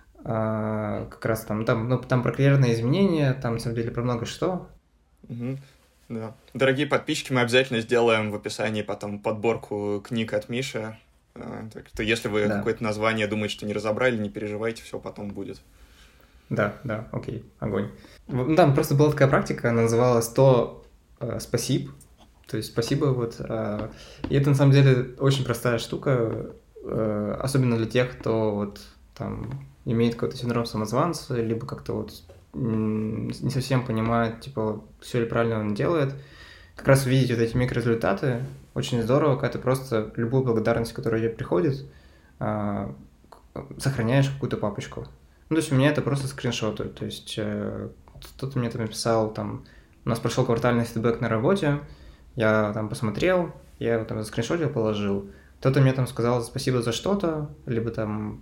как раз там про карьерные изменения, там, на самом деле, про много что. Да. Дорогие подписчики, мы обязательно сделаем в описании потом подборку книг от Миши. Так что если вы какое-то название думаете, что не разобрали, не переживайте, все потом будет. Да, окей, огонь. Ну, там просто была такая практика, она называлась «100 спасибо». То есть спасибо, вот. И это на самом деле очень простая штука, особенно для тех, кто вот там имеет какой-то синдром самозванца, либо как-то вот не совсем понимает, типа, все ли правильно он делает. Как раз увидеть вот эти микрорезультаты очень здорово, когда ты просто любую благодарность, которая тебе приходит, сохраняешь в какую-то папочку. Ну, то есть у меня это просто скриншоты. То есть кто-то мне там написал, там, у нас прошел квартальный фидбэк на работе, я там посмотрел, я его там заскриншотил, положил. Кто-то мне там сказал спасибо за что-то, либо там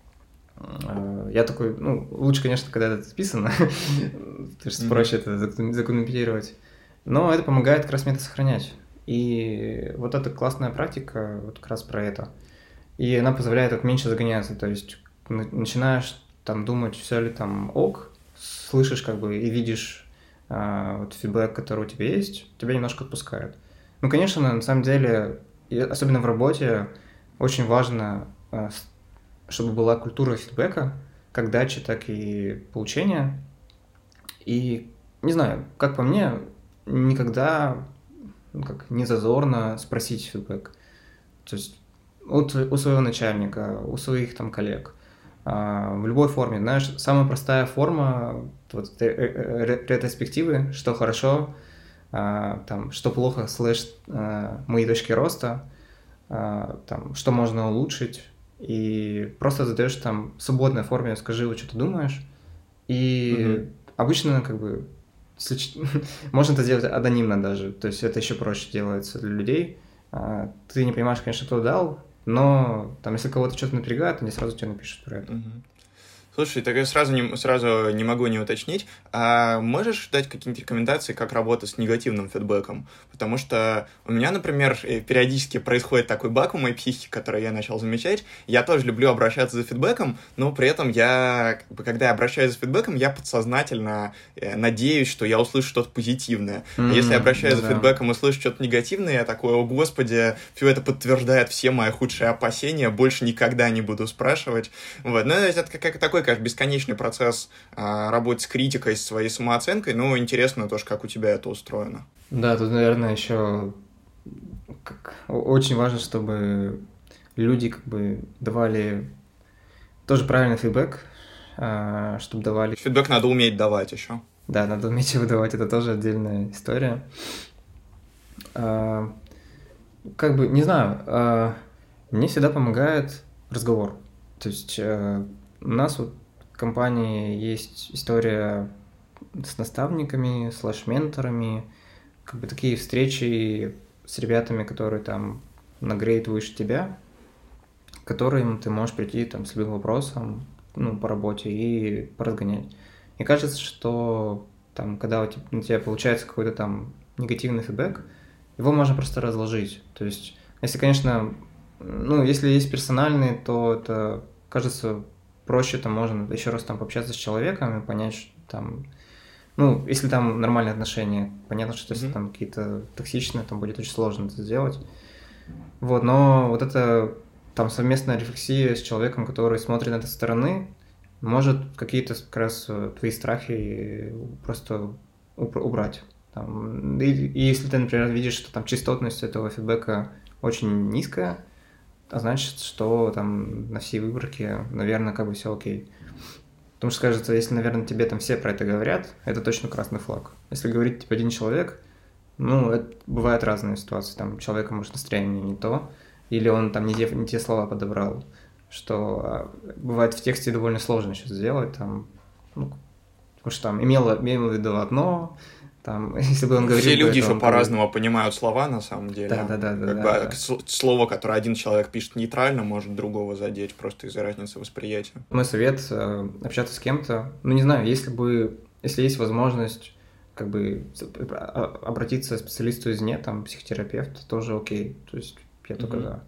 я такой, ну, лучше, конечно, когда это списано, потому что проще это закомментировать. Но это помогает как раз мне это сохранять. И вот эта классная практика вот как раз про это. И она позволяет вот меньше загоняться. То есть начинаешь там думать, все ли там ок, слышишь как бы и видишь вот фидбэк, который у тебя есть, тебя немножко отпускает. Ну, конечно, на самом деле, особенно в работе, очень важно, чтобы была культура фидбэка, как дачи, так и получения. И, не знаю, как по мне, никогда как не зазорно спросить фидбэк. То есть у своего начальника, у своих там коллег. В любой форме, знаешь, самая простая форма вот, ретроспективы, что хорошо, там, что плохо, слэш мои точки роста, там, что можно улучшить, и просто задаешь там в свободной форме, скажи, вот что ты думаешь, и обычно как бы можно это сделать анонимно даже, то есть это еще проще делается для людей. Ты не понимаешь, конечно, кто дал, но там, если кого-то что-то напрягает, они сразу тебе напишут про это. Слушай, так я сразу не могу не уточнить. А можешь дать какие-нибудь рекомендации, как работать с негативным фидбэком? Потому что у меня, например, периодически происходит такой баг в моей психике, который я начал замечать. Я тоже люблю обращаться за фидбэком, но при этом когда я обращаюсь за фидбэком, я подсознательно надеюсь, что я услышу что-то позитивное. А если я обращаюсь за фидбэком и слышу что-то негативное, я такой: о господи, все это подтверждает все мои худшие опасения, больше никогда не буду спрашивать. Вот. Но это как такой, конечно, бесконечный процесс работы с критикой, с своей самооценкой, но интересно тоже, как у тебя это устроено. Да, тут, наверное, еще очень важно, чтобы люди как бы давали тоже правильный фидбэк, чтобы давали... Фидбэк надо уметь давать еще. Да, надо уметь его давать, это тоже отдельная история. Как бы, не знаю, мне всегда помогает разговор. То есть у нас вот в компании есть история с наставниками, слэш-менторами, как бы такие встречи с ребятами, которые там на грейд выше тебя, к которым ты можешь прийти там с любым вопросом, ну, по работе и поразгонять. Мне кажется, что там, когда у тебя получается какой-то там негативный фидбэк, его можно просто разложить. То есть, если, конечно, ну, если есть персональный, то это, кажется, проще, там можно еще раз там пообщаться с человеком и понять, что там, ну, если там нормальные отношения, понятно, что если там какие-то токсичные, там будет очень сложно это сделать. Вот, но вот это там совместная рефлексия с человеком, который смотрит на это со стороны, может какие-то как раз твои страхи просто убрать. Там, и если ты, например, видишь, что там частотность этого фидбэка очень низкая, а значит, что там на всей выборке, наверное, как бы все окей. Потому что, кажется, если, наверное, тебе там все про это говорят, это точно красный флаг. Если говорит типа один человек, ну, это бывают разные ситуации. Там человека, может, настроение не то, или он там не те слова подобрал, что бывает в тексте довольно сложно сейчас сделать, там, ну, потому что там имел в виду одно, там, если бы он говорил... Все люди еще по-разному понимают слова, на самом деле. Да. Слово, которое один человек пишет нейтрально, может другого задеть просто из-за разницы восприятия. Мой совет – общаться с кем-то. Ну, не знаю, если есть возможность как бы обратиться к специалисту извне, там, психотерапевт, тоже окей. То есть я только за.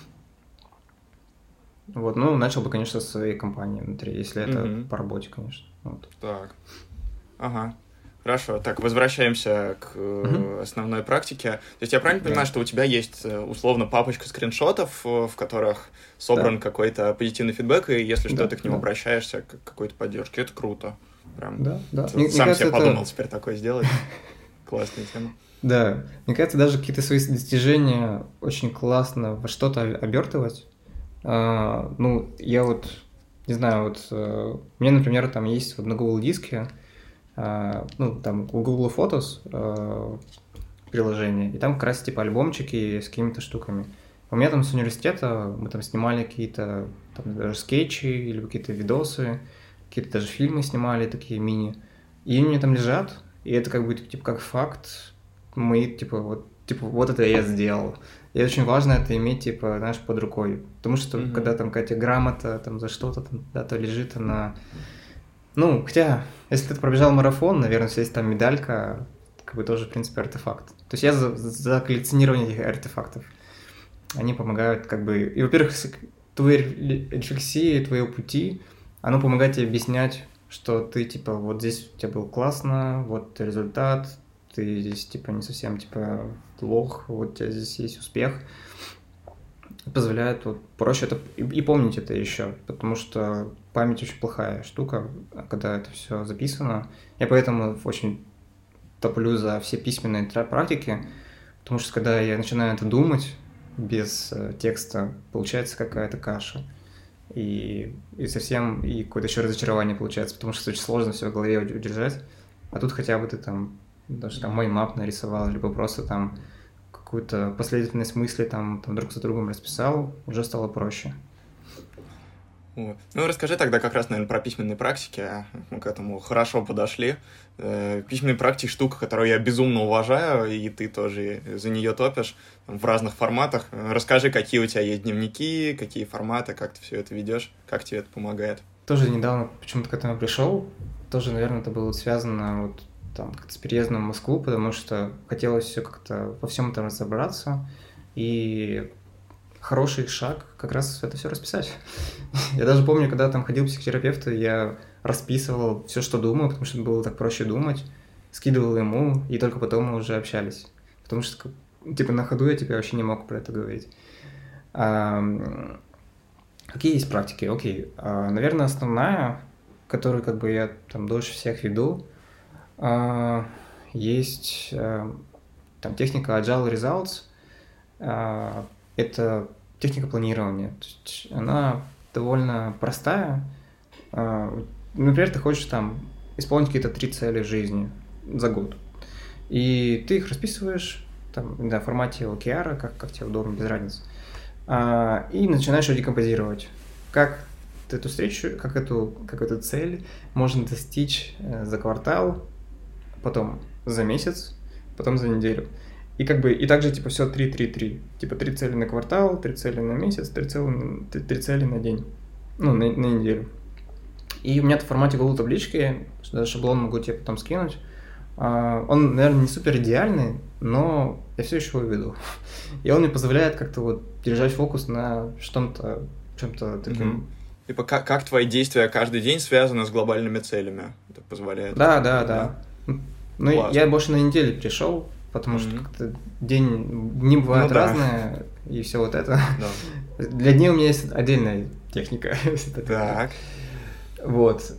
Вот, ну, начал бы, конечно, со своей компании внутри, если это по работе, конечно. Вот. Так, ага. Хорошо, так, возвращаемся к основной практике. То есть я правильно понимаю, что у тебя есть, условно, папочка скриншотов, в которых собран какой-то позитивный фидбэк, и если что, ты к нему обращаешься, к какой-то поддержке. Это круто. Прям. Да. Сам себе подумал теперь такое сделать. Классная тема. Да, мне кажется, даже какие-то свои достижения очень классно во что-то обертывать. Ну, я вот, не знаю, вот у меня, например, там есть вот на Google диске, ну, там Google Photos приложение, и там как раз типа альбомчики с какими-то штуками. У меня там с университета мы там снимали какие-то там даже скетчи или какие-то видосы, какие-то даже фильмы снимали, такие мини. И они у меня там лежат, и это как бы типа как факт, мы вот это я сделал. И очень важно это иметь, типа, знаешь, под рукой. Потому что когда там какая-то грамота там за что-то там куда-то лежит, она... Ну, хотя, если ты пробежал марафон, наверное, если есть там медалька, как бы тоже, в принципе, артефакт. То есть я за коллекционирование этих артефактов. Они помогают, как бы... И, во-первых, твоей рефлексии, твоего пути, оно помогает тебе объяснять, что ты, типа, вот здесь у тебя было классно, вот результат, ты здесь, типа, не совсем, типа, лох, вот у тебя здесь есть успех. Позволяет вот проще это и помнить это еще, потому что память очень плохая штука, когда это все записано. Я поэтому очень топлю за все письменные практики, Потому что когда я начинаю это думать без текста, получается какая-то каша. И совсем и какое-то еще разочарование получается, потому что очень сложно все в голове удержать. А тут хотя бы ты там даже там майнмап нарисовал, либо просто там какую-то последовательность мыслей там друг за другом расписал, уже стало проще. Вот. Ну, расскажи тогда как раз, наверное, про письменные практики. Мы к этому хорошо подошли. Письменные практики — штука, которую я безумно уважаю, и ты тоже за нее топишь в разных форматах. Расскажи, какие у тебя есть дневники, какие форматы, как ты все это ведешь, как тебе это помогает. Тоже недавно почему-то к этому пришел. Тоже, наверное, это было связано вот там как-то с переездом в Москву, потому что хотелось все как-то во всем этом разобраться. И хороший шаг как раз это все расписать. Я даже помню, когда там ходил к психотерапевту, я расписывал все, что думаю, потому что было так проще думать, скидывал ему, и только потом мы уже общались. Потому что, типа, на ходу я тебе вообще не мог про это говорить. Какие есть практики? Окей. Наверное, основная, которую как бы я там дольше всех веду, есть там техника Agile Results. Это техника планирования. То есть она довольно простая. Например, ты хочешь там исполнить какие-то 3 цели в жизни за год. И ты их расписываешь там, в формате OKR, как тебе удобно, без разницы. И начинаешь ее декомпозировать. Как эту встречу, как эту цель можно достичь за квартал, потом за месяц, потом за неделю. И как бы, и также, типа, все 3-3-3. Типа, 3 цели на квартал, 3 цели на месяц, 3 цели на день. Ну, на неделю. И у меня это в формате Google таблички, даже шаблон могу тебе потом скинуть. Он, наверное, не супер идеальный, но я все еще его веду. И он мне позволяет как-то вот держать фокус на чем-то таким. Типа, как твои действия каждый день связаны с глобальными целями? Это позволяет. Да. Ну, я больше на неделю перешел, потому что как-то дни бывают разные, и все вот это. Для дней у меня есть отдельная техника. Так. Вот.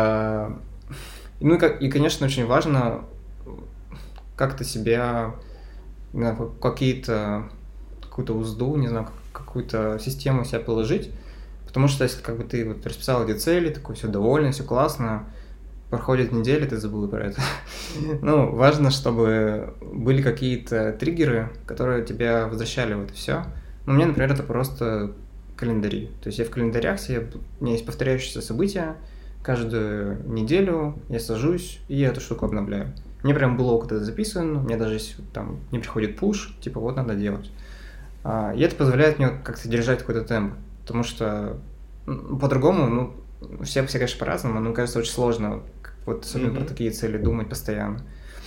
Ну и, конечно, очень важно как-то себя, какую-то узду, не знаю, какую-то систему себя положить, потому что если как бы ты вот расписал эти цели, такой все довольный, все классно, проходит неделя, ты забыл про это. Ну, важно, чтобы были какие-то триггеры, которые тебя возвращали в это все. Ну, у меня, например, это просто календари. То есть я в календарях у меня есть повторяющиеся события, каждую неделю я сажусь и эту штуку обновляю. Мне прям блок это записан, мне даже если там не приходит пуш, типа вот надо делать. И это позволяет мне как-то держать какой-то темп, потому что по-другому, все, конечно, по-разному, но мне кажется, очень сложно вот особенно про такие цели думать постоянно.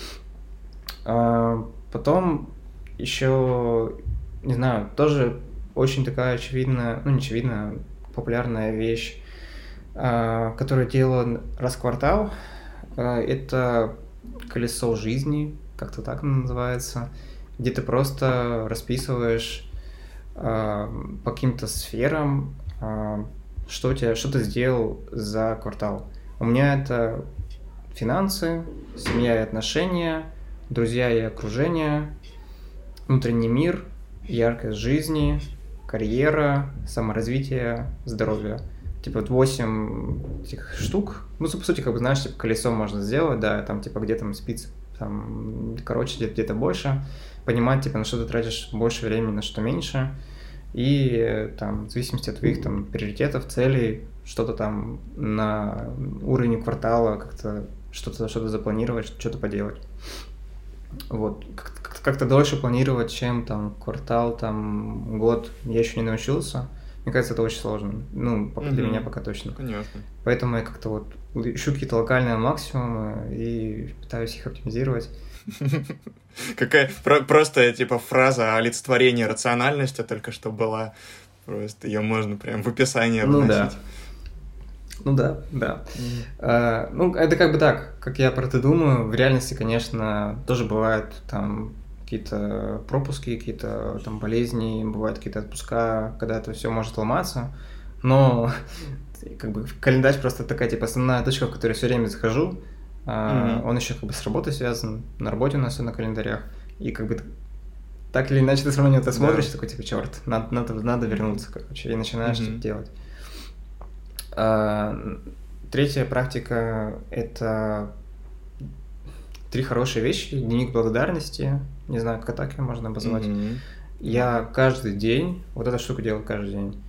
Потом еще, не знаю, тоже очень такая очевидная, не очевидная, популярная вещь, которую делаю раз в квартал, это колесо жизни, как-то так оно называется, где ты просто расписываешь по каким-то сферам, что ты сделал за квартал. У меня это финансы, семья и отношения, друзья и окружение, внутренний мир, яркость жизни, карьера, саморазвитие, здоровье. Типа вот 8 этих штук. Ну, по сути, как бы, знаешь, типа колесо можно сделать, да, там, типа, где там спицы, там, короче, где-то больше. Понимать, типа, на что ты тратишь больше времени, на что меньше. И там, в зависимости от твоих там приоритетов, целей, что-то там на уровне квартала как-то что-то запланировать, что-то поделать. Вот. Как-то дольше планировать, чем там квартал, там год, я еще не научился. Мне кажется, это очень сложно. Ну, для меня пока точно. Конечно. Поэтому я как-то вот ищу какие-то локальные максимумы и пытаюсь их оптимизировать. Какая просто типа фраза олицетворения рациональности только что была. Просто ее можно прям в описание вносить. Ну да. Это как бы так, как я про это думаю. В реальности, конечно, тоже бывают там какие-то пропуски, какие-то там болезни, бывают какие-то отпуска, когда это все может ломаться. Но как бы календарь просто такая типа основная точка, в которую я все время захожу. Он еще как бы с работой связан, на работе у нас все на календарях. И как бы так или иначе ты все равно это смотришь, такой, типа, черт, надо вернуться, короче, и начинаешь что-то делать. Третья практика – это 3 хорошие вещи. Дневник благодарности, не знаю, как так ее можно обозвать. Я каждый день, вот эту штуку делаю каждый день,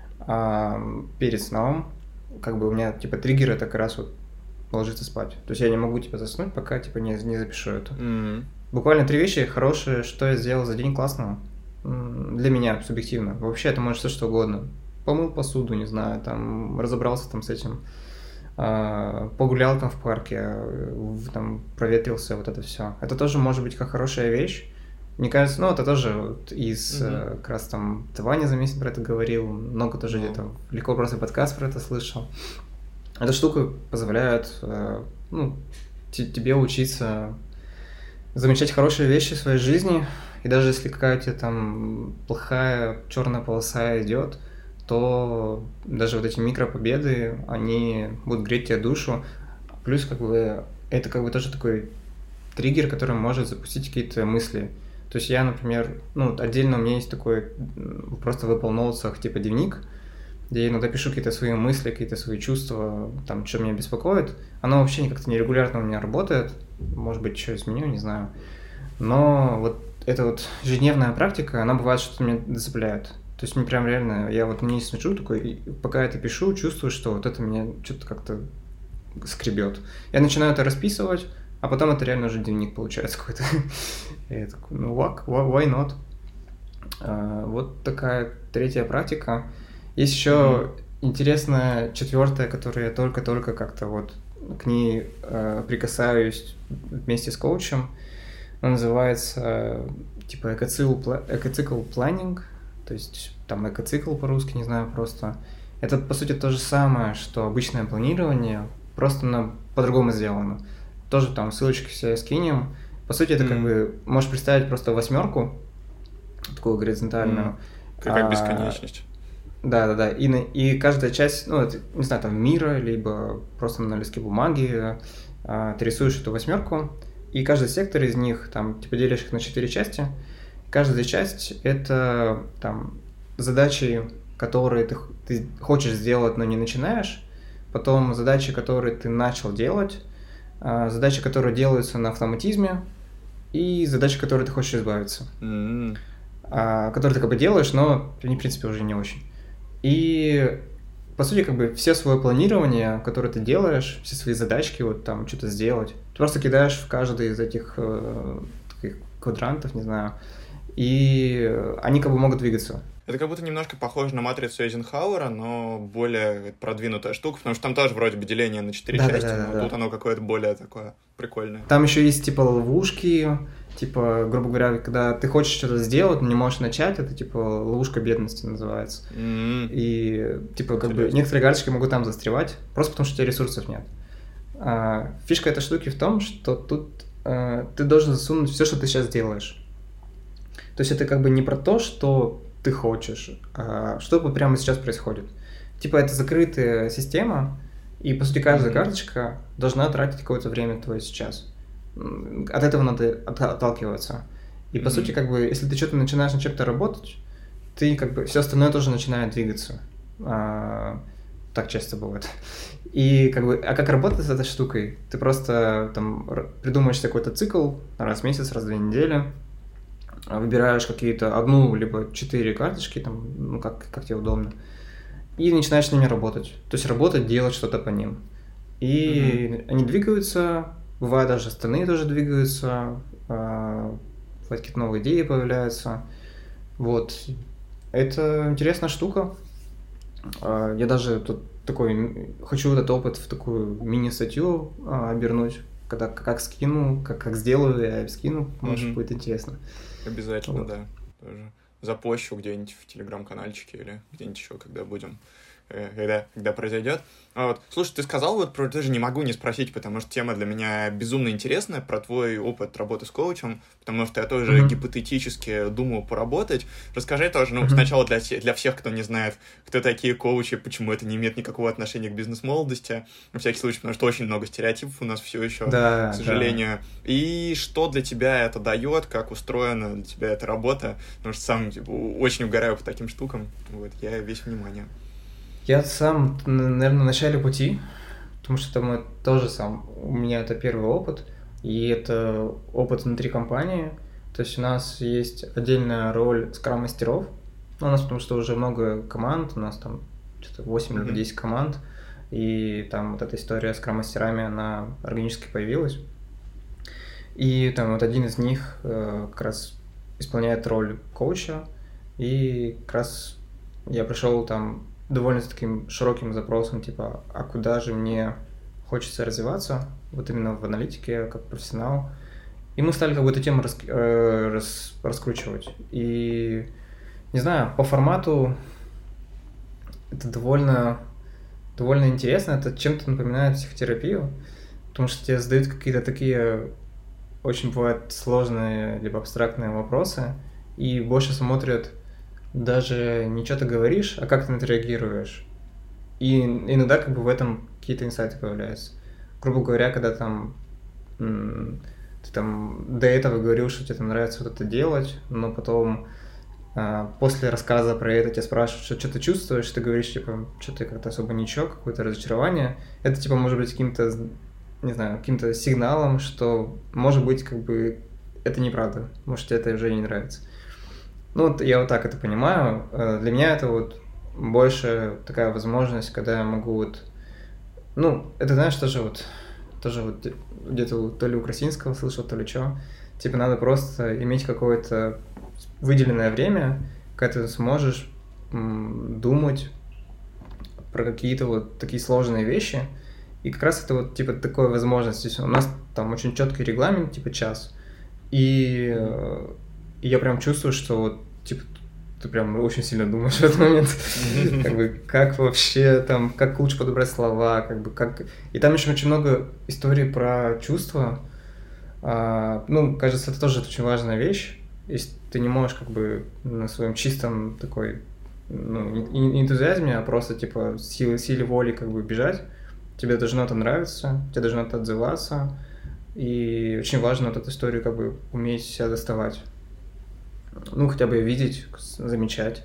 перед сном, как бы у меня, типа, триггер – это как раз вот ложиться спать. То есть я не могу, типа, заснуть, пока, типа, не запишу это. Буквально 3 вещи хорошие, что я сделал за день классного. Для меня, субъективно. Вообще это может все что угодно. Помыл посуду, не знаю, там, разобрался там с этим, погулял там в парке, там, проветрился, вот это все. Это тоже может быть как хорошая вещь. Мне кажется, ну, это тоже вот из, как раз там, Ваня Замесин про это говорил, много тоже где-то, легко просто подкаст про это слышал. Эта штука позволяет, ну, тебе учиться замечать хорошие вещи в своей жизни, и даже если какая-то там плохая черная полоса идет, то даже вот эти микропобеды, они будут греть тебе душу. Плюс, как бы, это как бы тоже такой триггер, который может запустить какие-то мысли. То есть я, например, ну, отдельно у меня есть такой, просто в Apple Notes, типа дневник, где я иногда пишу какие-то свои мысли, какие-то свои чувства, там, что меня беспокоит. Оно вообще как-то нерегулярно у меня работает. Может быть, что изменю, не знаю. Но вот эта вот ежедневная практика, она бывает, что меня зацепляет. То есть мне прям реально, я вот не сижу такой, и пока это пишу, чувствую, что вот это меня что-то как-то скребет. Я начинаю это расписывать, а потом это реально уже дневник получается какой-то. И я такой, ну, why not? Вот такая 3-я практика. Есть еще интересная 4-я, которую я только-только как-то вот к ней прикасаюсь вместе с коучем. Она называется типа экоцикл планинг, то есть там экоцикл по-русски, не знаю, просто. Это, по сути, то же самое, что обычное планирование, просто оно по-другому сделано. Тоже там ссылочки все скинем. По сути, это как бы, можешь представить просто 8, такую горизонтальную. Как бесконечность. Да. И каждая часть, ну, это, не знаю, там мира, либо просто на листке бумаги, ты рисуешь эту 8, и каждый сектор из них, там, типа, делишь их на 4 части. Каждая часть – это там задачи, которые ты хочешь сделать, но не начинаешь. Потом задачи, которые ты начал делать. Задачи, которые делаются на автоматизме. И задачи, которые ты хочешь избавиться. Которые ты как бы делаешь, но они, в принципе, уже не очень. И, по сути, как бы все свое планирование, которое ты делаешь, все свои задачки, вот там что-то сделать, ты просто кидаешь в каждый из этих таких квадрантов, не знаю, и они как бы могут двигаться. Это как будто немножко похоже на матрицу Эйзенхауэра, но более продвинутая штука, потому что там тоже вроде бы деление на 4 части, но тут оно какое-то более такое прикольное. Там еще есть типа ловушки, типа, грубо говоря, когда ты хочешь что-то сделать, но не можешь начать, это типа ловушка бедности называется. И типа как бы некоторые карточки могут там застревать, просто потому что у тебя ресурсов нет. Фишка этой штуки в том, что тут ты должен засунуть все, что ты сейчас делаешь. То есть это как бы не про то, что ты хочешь, а что прямо сейчас происходит. Типа это закрытая система, и по сути каждая карточка должна тратить какое-то время твое сейчас. От этого надо отталкиваться. И по сути, как бы, если ты что-то начинаешь на чем-то работать, ты как бы все остальное тоже начинает двигаться. Так часто бывает. И как бы, а как работать с этой штукой? Ты просто там придумаешь какой-то цикл раз в месяц, раз в 2 недели, выбираешь какие-то 1 либо 4 карточки, там, ну, как тебе удобно, и начинаешь с ними работать. То есть работать, делать что-то по ним. И они двигаются, бывает даже остальные тоже двигаются, какие-то новые идеи появляются. Вот. Это интересная штука. Я даже тут такой хочу этот опыт в такую мини-статью обернуть, когда как скину, как сделаю, я скину, может будет интересно. Обязательно, вот. Да. Тоже запощу где-нибудь в телеграм-канальчике или где-нибудь еще, когда будем когда произойдет. Вот. Слушай, ты сказал вот про... Даже не могу не спросить, потому что тема для меня безумно интересная, про твой опыт работы с коучем, потому что я тоже гипотетически думаю поработать. Расскажи тоже, сначала для всех, кто не знает, кто такие коучи, почему это не имеет никакого отношения к бизнес-молодости, на всякий случай, потому что очень много стереотипов у нас все еще, к сожалению. Да. И что для тебя это дает, как устроена для тебя эта работа, потому что сам очень угораю по таким штукам, вот, я весь внимание. Я сам, наверное, в начале пути, потому что это тоже у меня это первый опыт, и это опыт внутри компании. То есть у нас есть отдельная роль скрам-мастеров, у нас потому что уже много команд, у нас там что-то 8 или 10 команд, и там вот эта история с скрам-мастерами, она органически появилась. И там вот один из них как раз исполняет роль коуча, и как раз я пришел там довольно с таким широким запросом, типа, а куда же мне хочется развиваться, вот именно в аналитике, как профессионал. И мы стали как бы эту тему раскручивать. И, не знаю, по формату это довольно интересно, это чем-то напоминает психотерапию, потому что тебе задают какие-то такие очень бывают сложные либо абстрактные вопросы, и больше смотрят даже не что ты говоришь, а как ты на это реагируешь. И иногда как бы в этом какие-то инсайты появляются. Грубо говоря, когда там ты там до этого говорил, что тебе там нравится вот это делать, но потом после рассказа про это тебя спрашивают, что ты чувствуешь, ты говоришь, типа, что ты как-то особо ничего, какое-то разочарование. Это, типа, может быть каким-то, не знаю, каким-то сигналом, что, может быть, как бы это неправда, может, тебе это уже не нравится. Ну, вот я вот так это понимаю. Для меня это вот больше такая возможность, когда я могу вот... Ну, это, знаешь, тоже вот где-то то ли у Красинского слышал, то ли что. Типа надо просто иметь какое-то выделенное время, когда ты сможешь думать про какие-то вот такие сложные вещи. И как раз это вот типа такая возможность. У нас там очень четкий регламент, типа час. И я прям чувствую, что вот, типа, ты прям очень сильно думаешь в этот момент, как бы, как вообще там, как лучше подобрать слова, как бы, как... И там еще очень много историй про чувства. Ну, кажется, это тоже очень важная вещь. Если ты не можешь, как бы, на своем чистом такой, ну, не энтузиазме, а просто, типа, силе воли, как бы, бежать, тебе должно это нравиться, тебе должно это отзываться. И очень важно вот эту историю как бы уметь себя доставать. Ну, хотя бы видеть, замечать.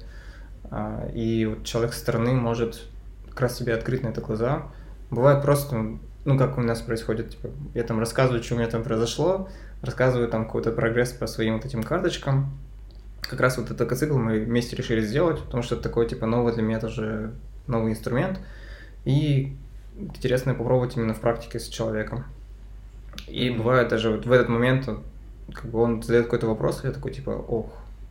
И вот человек со стороны может как раз себе открыть на это глаза. Бывает просто, ну, как у нас происходит, типа, я там рассказываю, что у меня там произошло, рассказываю там какой-то прогресс по своим вот этим карточкам. Как раз вот этот цикл мы вместе решили сделать, потому что это такой, типа, новый для меня тоже новый инструмент. И интересно попробовать именно в практике с человеком. И бывает даже вот в этот момент, как бы он задает какой-то вопрос, и я такой, типа, ох,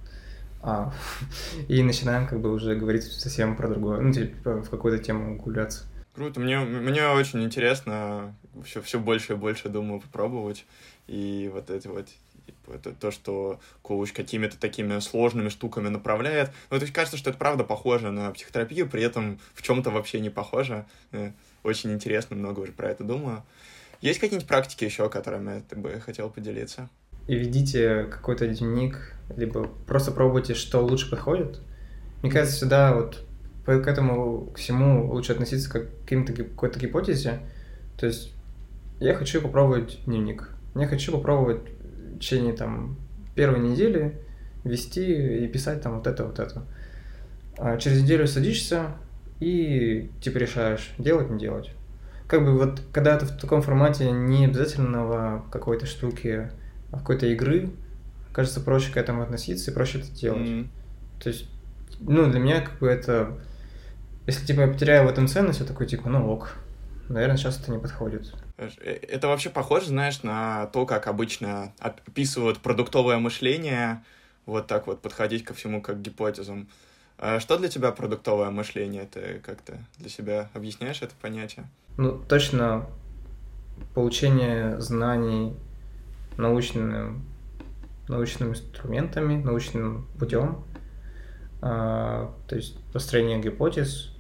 и начинаем как бы уже говорить совсем про другое, ну, типа, в какую-то тему углубляться. Круто, мне очень интересно, все больше и больше думаю попробовать, и вот это вот, это то, что коуч какими-то такими сложными штуками направляет. Но это кажется, что это правда похоже на психотерапию, при этом в чем-то вообще не похоже. Очень интересно, много уже про это думаю. Есть какие-нибудь практики еще, которыми ты бы хотел поделиться? И ведите какой-то дневник, либо просто пробуйте, что лучше подходит. Мне кажется, всегда вот к этому к всему лучше относиться как к какой-то гипотезе. То есть я хочу попробовать дневник. Я хочу попробовать в течение там первой недели вести и писать там вот это, вот это. А через неделю садишься и типа решаешь, делать, не делать. Как бы вот когда ты в таком формате не обязательного какой-то штуки, а какой-то игры, кажется, проще к этому относиться и проще это делать. То есть, ну, для меня как бы это... Если типа я потеряю в этом ценность, я такой типа, ну ок, наверное, сейчас это не подходит. Это вообще похоже, знаешь, на то, как обычно описывают продуктовое мышление, вот так вот подходить ко всему как к гипотезам. Что для тебя продуктовое мышление? Ты как-то для себя объясняешь это понятие? Ну, точно получение знаний научными инструментами, научным путем, то есть построение гипотез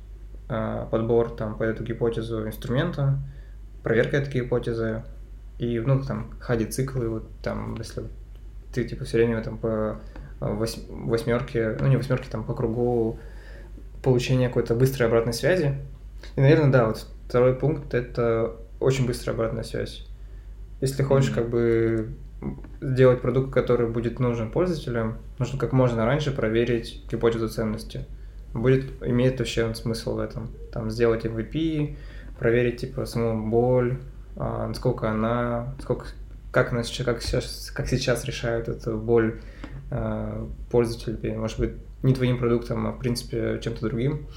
подбор там, под эту гипотезу инструмента, проверка этой гипотезы и, ну, там, хади-циклы, вот там, если ты, типа, все время там по восьмерке, ну, не восьмерке, там, по кругу получения какой-то быстрой обратной связи. И, наверное, да, вот второй пункт – это очень быстрая обратная связь. Если хочешь как бы сделать продукт, который будет нужен пользователям, нужно как можно раньше проверить гипотезу ценности. Имеет вообще смысл в этом. Там сделать MVP, проверить типа саму боль, насколько как сейчас решают эту боль пользователи, может быть, не твоим продуктом, а в принципе чем-то другим.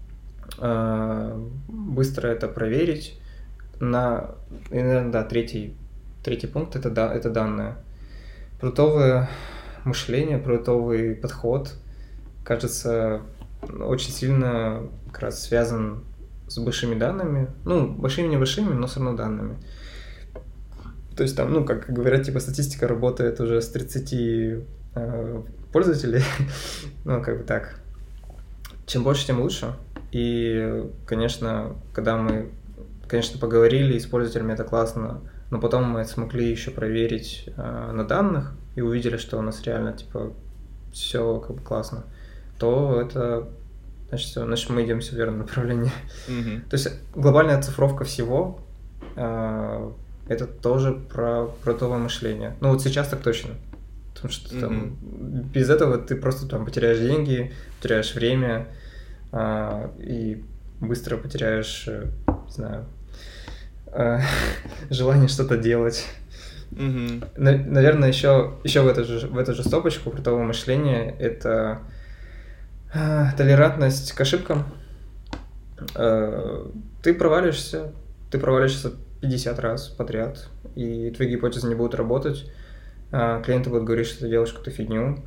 Быстро это проверить. И, наверное, да, третий пункт это данные. Продуктовое мышление, продуктовый подход, кажется, очень сильно как раз связан с большими данными. Ну, большими-небольшими, но все равно данными. То есть там, ну, как говорят, типа статистика работает уже с 30 пользователей. Ну, как бы так. Чем больше, тем лучше. И, конечно, когда мы, конечно, поговорили с пользователями, это классно, но потом мы смогли еще проверить на данных и увидели, что у нас реально, типа, все как бы классно, то это, значит мы идем в верном направлении. То есть глобальная оцифровка всего это тоже про продуктовое мышление. Ну вот сейчас так точно. Потому что там, без этого ты просто там потеряешь деньги, потеряешь время и быстро потеряешь, не знаю, желание что-то делать. Наверное, еще в эту же стопочку продуктового мышления это толерантность к ошибкам. Ты провалишься 50 раз подряд, и твои гипотезы не будут работать. Клиенты будут говорить, что ты делаешь какую-то фигню.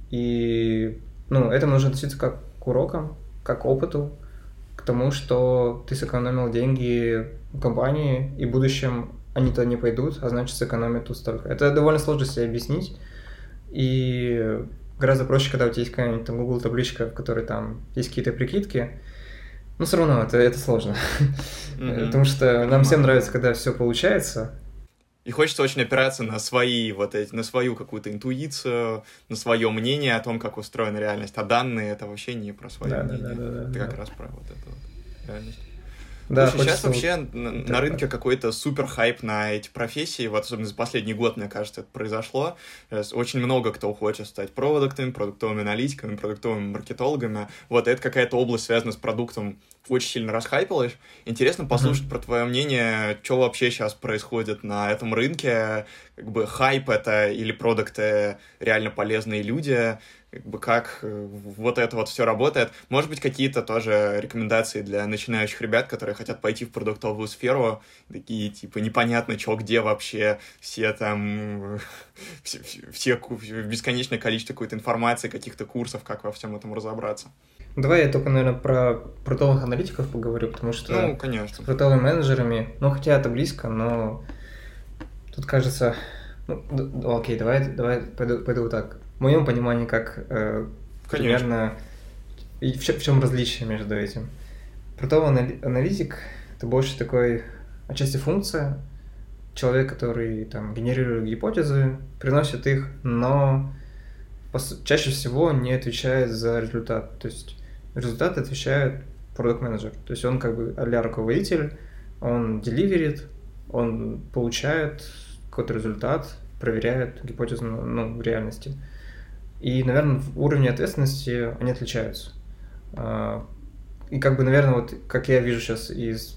И этому нужно относиться как к урокам, как к опыту, к тому, что ты сэкономил деньги в компании, и в будущем они туда не пойдут, а значит сэкономят тут столько. Это довольно сложно себе объяснить. И гораздо проще, когда у тебя есть какая-нибудь там Google табличка, в которой там есть какие-то прикидки. Но все равно это сложно. Потому что нам всем нравится, когда все получается. И хочется очень опираться на на свою какую-то интуицию, на свое мнение о том, как устроена реальность. А данные — это вообще не про свое мнение. Это как раз про вот эту вот реальность. Да, слушай, сейчас вообще на рынке какой-то супер хайп на эти профессии, вот особенно за последний год, мне кажется, это произошло. Очень много кто хочет стать продуктами, продуктовыми аналитиками, продуктовыми маркетологами. Вот это какая-то область, связанная с продуктом, очень сильно расхайпилась. Интересно послушать про твое мнение, что вообще сейчас происходит на этом рынке. Как бы хайп это или продукты реально полезные люди, как вот это вот все работает. Может быть, какие-то тоже рекомендации для начинающих ребят, которые хотят пойти в продуктовую сферу, такие, типа, непонятно, что где вообще, все там, все бесконечное количество какой-то информации, каких-то курсов, как во всем этом разобраться. Давай я только, наверное, про продуктовых аналитиков поговорю, потому что конечно. С продуктовыми менеджерами, хотя это близко, но тут кажется... окей, давай пойду вот так. В моем понимании, как примерно... И в чем различие между этим? Продуктовый аналитик — это больше такой отчасти функция. Человек, который там генерирует гипотезы, приносит их, но чаще всего не отвечает за результат. То есть результат отвечает продукт-менеджер. То есть он как бы а-ля руководитель, он деливерит, он получает какой-то результат, проверяет гипотезу в реальности. И, наверное, в уровне ответственности они отличаются. И как бы, наверное, вот как я вижу сейчас из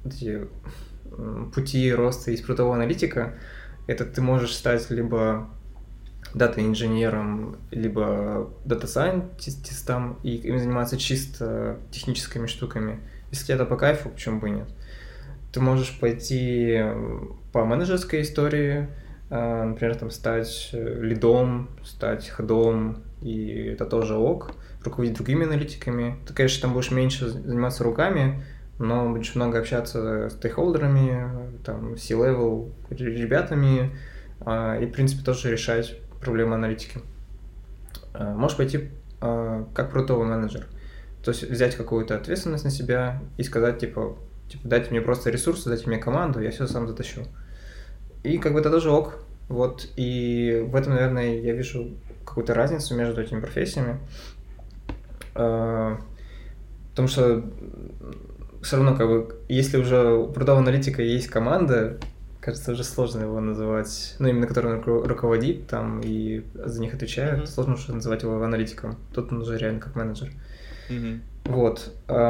пути роста из продуктового аналитика, это ты можешь стать либо дата-инженером, либо дата-сайентистом и им заниматься чисто техническими штуками. Если тебе это по кайфу, почему бы и нет? Ты можешь пойти по менеджерской истории, например, там стать лидом, стать ходом, и это тоже ок, руководить другими аналитиками. Ты, конечно, там будешь меньше заниматься руками, но будешь много общаться с стейкхолдерами, там, C-level ребятами, и, в принципе, тоже решать проблемы аналитики. Можешь пойти как продуктовый менеджер. То есть взять какую-то ответственность на себя и сказать, типа, дайте мне просто ресурсы, дайте мне команду, я все сам затащу. И как бы это тоже ок. Вот, и в этом, наверное, я вижу какую-то разницу между этими профессиями. Потому что все равно, как бы, если уже у продавого аналитика есть команда, кажется, уже сложно его называть, ну, именно который руководит там и за них отвечает, сложно уже называть его аналитиком. Тут он уже реально как менеджер. Вот.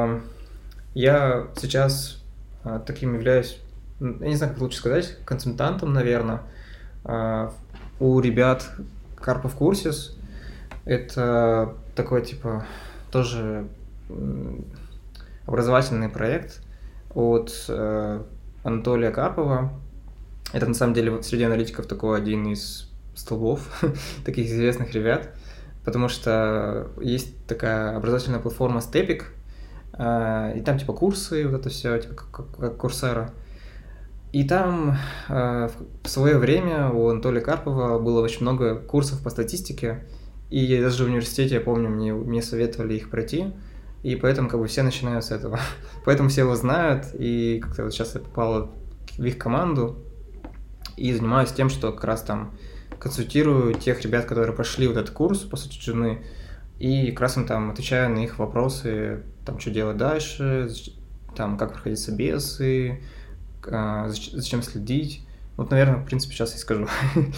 Я сейчас таким являюсь, я не знаю, как лучше сказать, консультантом, наверное, у ребят Karpov Courses. Это такой, типа, тоже образовательный проект от Анатолия Карпова. Это, на самом деле, среди аналитиков такой один из столбов таких известных ребят, потому что есть такая образовательная платформа Stepik, и там, типа, курсы, вот это все, типа, как Курсера. И там в свое время у Анатолия Карпова было очень много курсов по статистике, и даже в университете, я помню, мне советовали их пройти, и поэтому как бы все начинают с этого. Поэтому все его знают, и как-то вот сейчас я попал в их команду и занимаюсь тем, что как раз там консультирую тех ребят, которые прошли вот этот курс, по сути, жены, и как раз им там отвечаю на их вопросы, там, что делать дальше, там, как проходить собесы, зачем следить. Вот, наверное, в принципе, сейчас я скажу.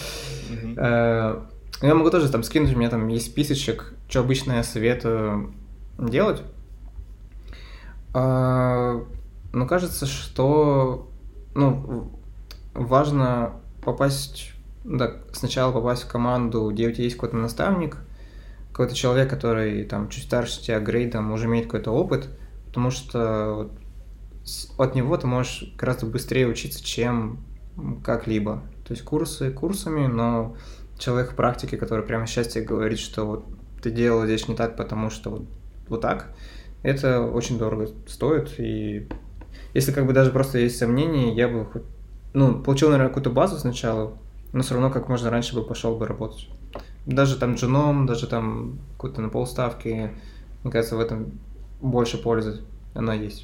Я могу тоже там скинуть, у меня там есть списочек, что обычно я советую делать. Но кажется, что важно сначала попасть в команду, где у тебя есть какой-то наставник, какой-то человек, который там чуть старше тебя грейдом, уже имеет какой-то опыт, потому что от него ты можешь гораздо быстрее учиться, чем как-либо. То есть курсы курсами, но человек в практике, который прямо сейчас тебе говорит, что вот ты делал здесь не так, потому что вот так, это очень дорого стоит. И если как бы даже просто есть сомнения, я бы получил, наверное, какую-то базу сначала, но все равно как можно раньше бы пошел бы работать. Даже там джуном, даже там какой-то на полставки, мне кажется, в этом больше пользы она есть.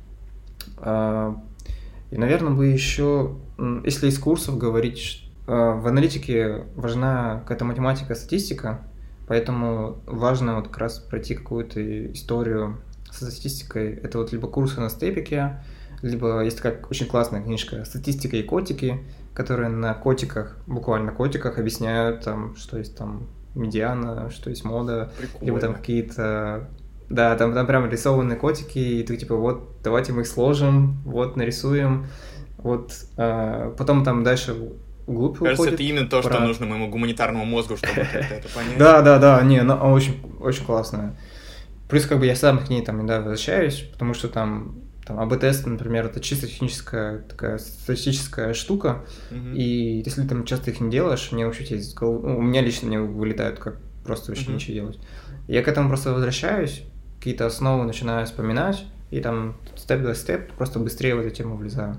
И, наверное, бы еще, если из курсов говорить, в аналитике важна какая-то математика, статистика, поэтому важно вот как раз пройти какую-то историю со статистикой. Это вот либо курсы на степике, либо есть такая очень классная книжка «Статистика и котики», которые на котиках, буквально котиках, объясняют, там, что есть там медиана, что есть мода, Прикольно. либо там какие-то... Да, там прям рисованные котики, и ты типа, вот, давайте мы их сложим, вот, нарисуем, вот, потом там дальше вглубь уходит. Кажется, это именно то, что нужно моему гуманитарному мозгу, чтобы это понять. Да, не, она очень, очень классная. Плюс, как бы, я сам к ней там иногда возвращаюсь, потому что там АБ-тест, например, это чисто техническая такая статистическая штука, и если ты там часто их не делаешь, мне вообще у меня лично не вылетают, как просто вообще ничего делать. Я к этому просто возвращаюсь, какие-то основы начинаю вспоминать, и там степ-бай-степ просто быстрее в эту тему влезаю.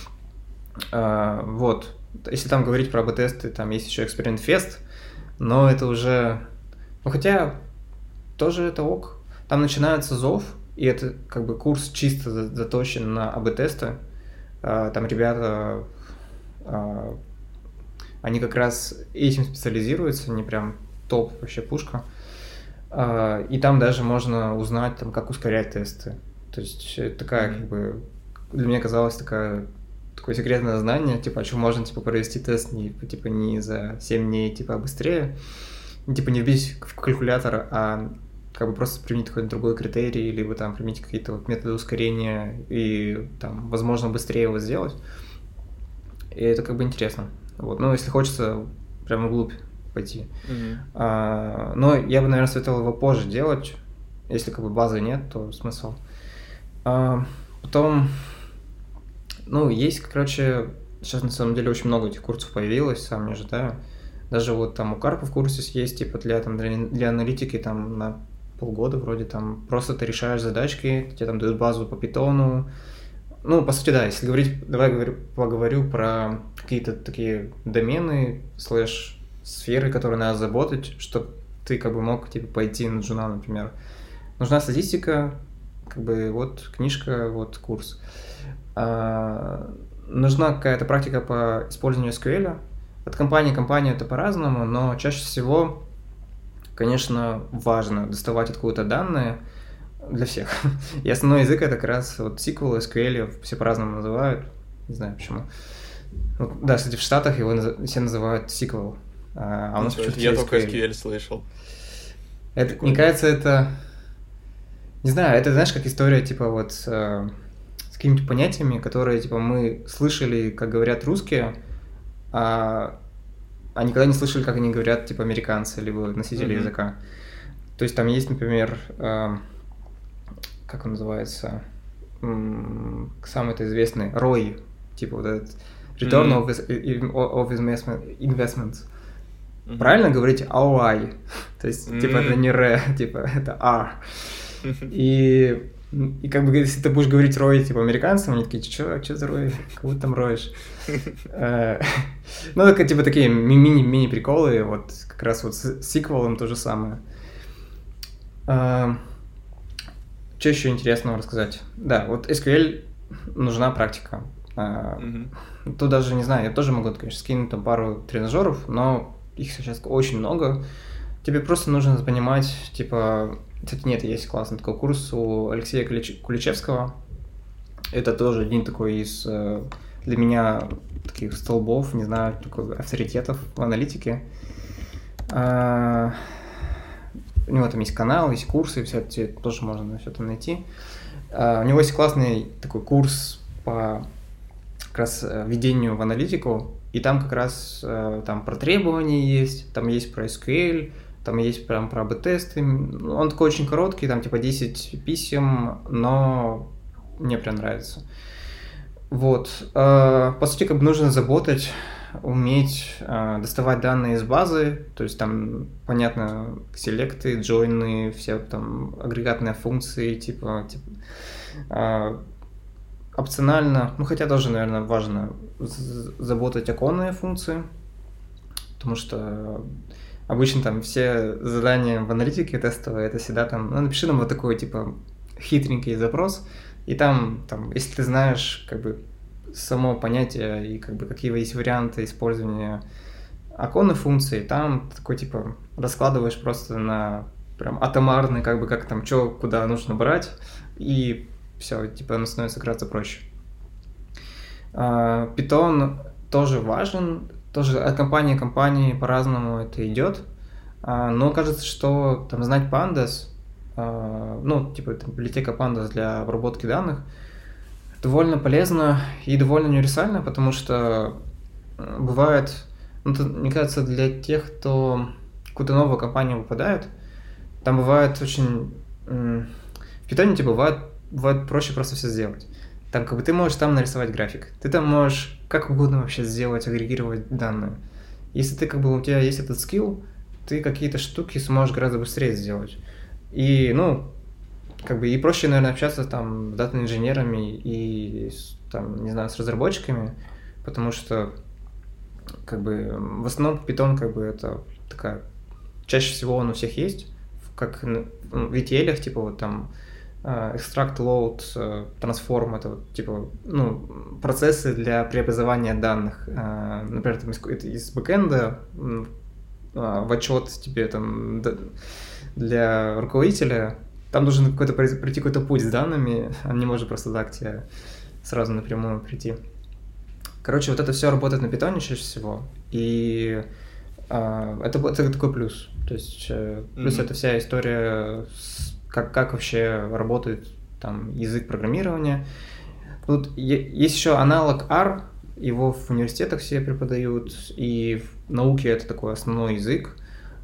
Вот. Если там говорить про АБ-тесты, там есть еще Experiment Fest, но это уже... хотя тоже это ок. Там начинается зов, и это как бы курс чисто заточен на АБ-тесты. Там ребята, они как раз этим специализируются, они прям топ вообще пушка. И там даже можно узнать, там, как ускорять тесты. То есть такая, как бы, для меня казалось такое секретное знание, типа, а что можно, типа, провести тест не за 7 дней, типа, а быстрее, типа, не вбить в калькулятор, а как бы просто применить какой-то другой критерий, либо там применить какие-то вот методы ускорения и там, возможно, быстрее его сделать. И это как бы интересно. Вот. Ну, если хочется прямо вглубь пойти. Но я бы, наверное, советовал его позже делать. Если как бы базы нет, то смысл. Потом, есть, короче, сейчас на самом деле очень много этих курсов появилось, сам не ожидаю. Даже вот там у Karpov Courses есть, типа, для аналитики там на полгода вроде там просто ты решаешь задачки, тебе там дают базу по питону. По сути, да, если говорить, поговорю про какие-то такие домены, сферы, которые надо заботить, чтобы ты как бы мог, типа, пойти на джуна, например. нужна статистика, как бы вот книжка, вот курс. Нужна какая-то практика по использованию SQL. От компании к компании это по-разному, но чаще всего, конечно, важно доставать откуда-то данные для всех. И основной язык это как раз вот SQL, SQL, все по-разному называют, не знаю почему. Вот, да, кстати, в Штатах его все называют SQL, а у нас почему-то Я только SQL слышал. Это, мне кажется, это... Не знаю, это, знаешь, как история, типа, вот с какими-то понятиями, которые, типа, мы слышали, как говорят русские, а никогда не слышали, как они говорят, типа, американцы, либо носители языка. То есть там есть, например, как он называется, самый-то известный, ROI, типа, вот этот Return of Investments. Правильно говорить ROI? То есть, типа, это не R, типа, это R. И как бы, если ты будешь говорить ROI, типа, американцам, они такие, что за ROI? Кого ты там роешь? Ну, это, типа, такие мини-приколы, вот, как раз вот с SQL то же самое. Что еще интересного рассказать? Да, вот SQL нужна практика. Тут даже, не знаю, я тоже могу, конечно, скинуть там пару тренажеров, но их сейчас очень много. Тебе просто нужно понимать, типа... Кстати, нет, есть классный такой курс у Алексея Куличевского. Это тоже один такой из, для меня, таких столбов, не знаю, такой авторитетов в аналитике. У него там есть канал, есть курсы, все это тоже можно все там найти. У него есть классный такой курс по как раз введению в аналитику, и там как раз там про требования есть, там есть про SQL, там есть прям про АБ-тесты. Он такой очень короткий, там типа 10 писем, но мне прям нравится. Вот. По сути, как бы нужно заботать, уметь доставать данные из базы, то есть там, понятно, селекты, джойны, все там агрегатные функции, типа опционально, ну хотя тоже, наверное, важно заботать оконные функции, потому что обычно там все задания в аналитике тестовые, это всегда там, ну, напиши нам вот такой, типа, хитренький запрос, и там, если ты знаешь, как бы, само понятие и, как бы, какие есть варианты использования оконной функции, там такой, типа, раскладываешь просто на прям атомарный, как бы, как там, что, куда нужно брать, и все, типа, оно становится гораздо проще. Python тоже важен, тоже от компании к компании по-разному это идет, но кажется, что там знать pandas, ну, типа, это библиотека pandas для обработки данных, довольно полезно и довольно универсально, потому что бывает, ну, это, мне кажется, для тех, кто в какую-то новую компанию попадает, там бывает очень... В Python, типа, бывает проще просто все сделать. Там как бы ты можешь там нарисовать график, ты там можешь как угодно вообще сделать, агрегировать данные. Если ты как бы у тебя есть этот скилл, ты какие-то штуки сможешь гораздо быстрее сделать. И, ну, как бы и проще, наверное, общаться там с дата-инженерами и там, не знаю, с разработчиками, потому что как бы в основном Python как бы это такая, чаще всего он у всех есть, как в ETL, типа вот там extract, load, transform, это вот, типа, ну, процессы для преобразования данных. Например, там из бэкэнда в отчет тебе там для руководителя, там должен пройти какой-то путь с данными, он не может просто так тебе сразу напрямую прийти. Короче, вот это все работает на Python чаще всего, и это такой плюс. То есть плюс это вся история как вообще работает там язык программирования. Тут есть еще аналог R, его в университетах все преподают, и в науке это такой основной язык.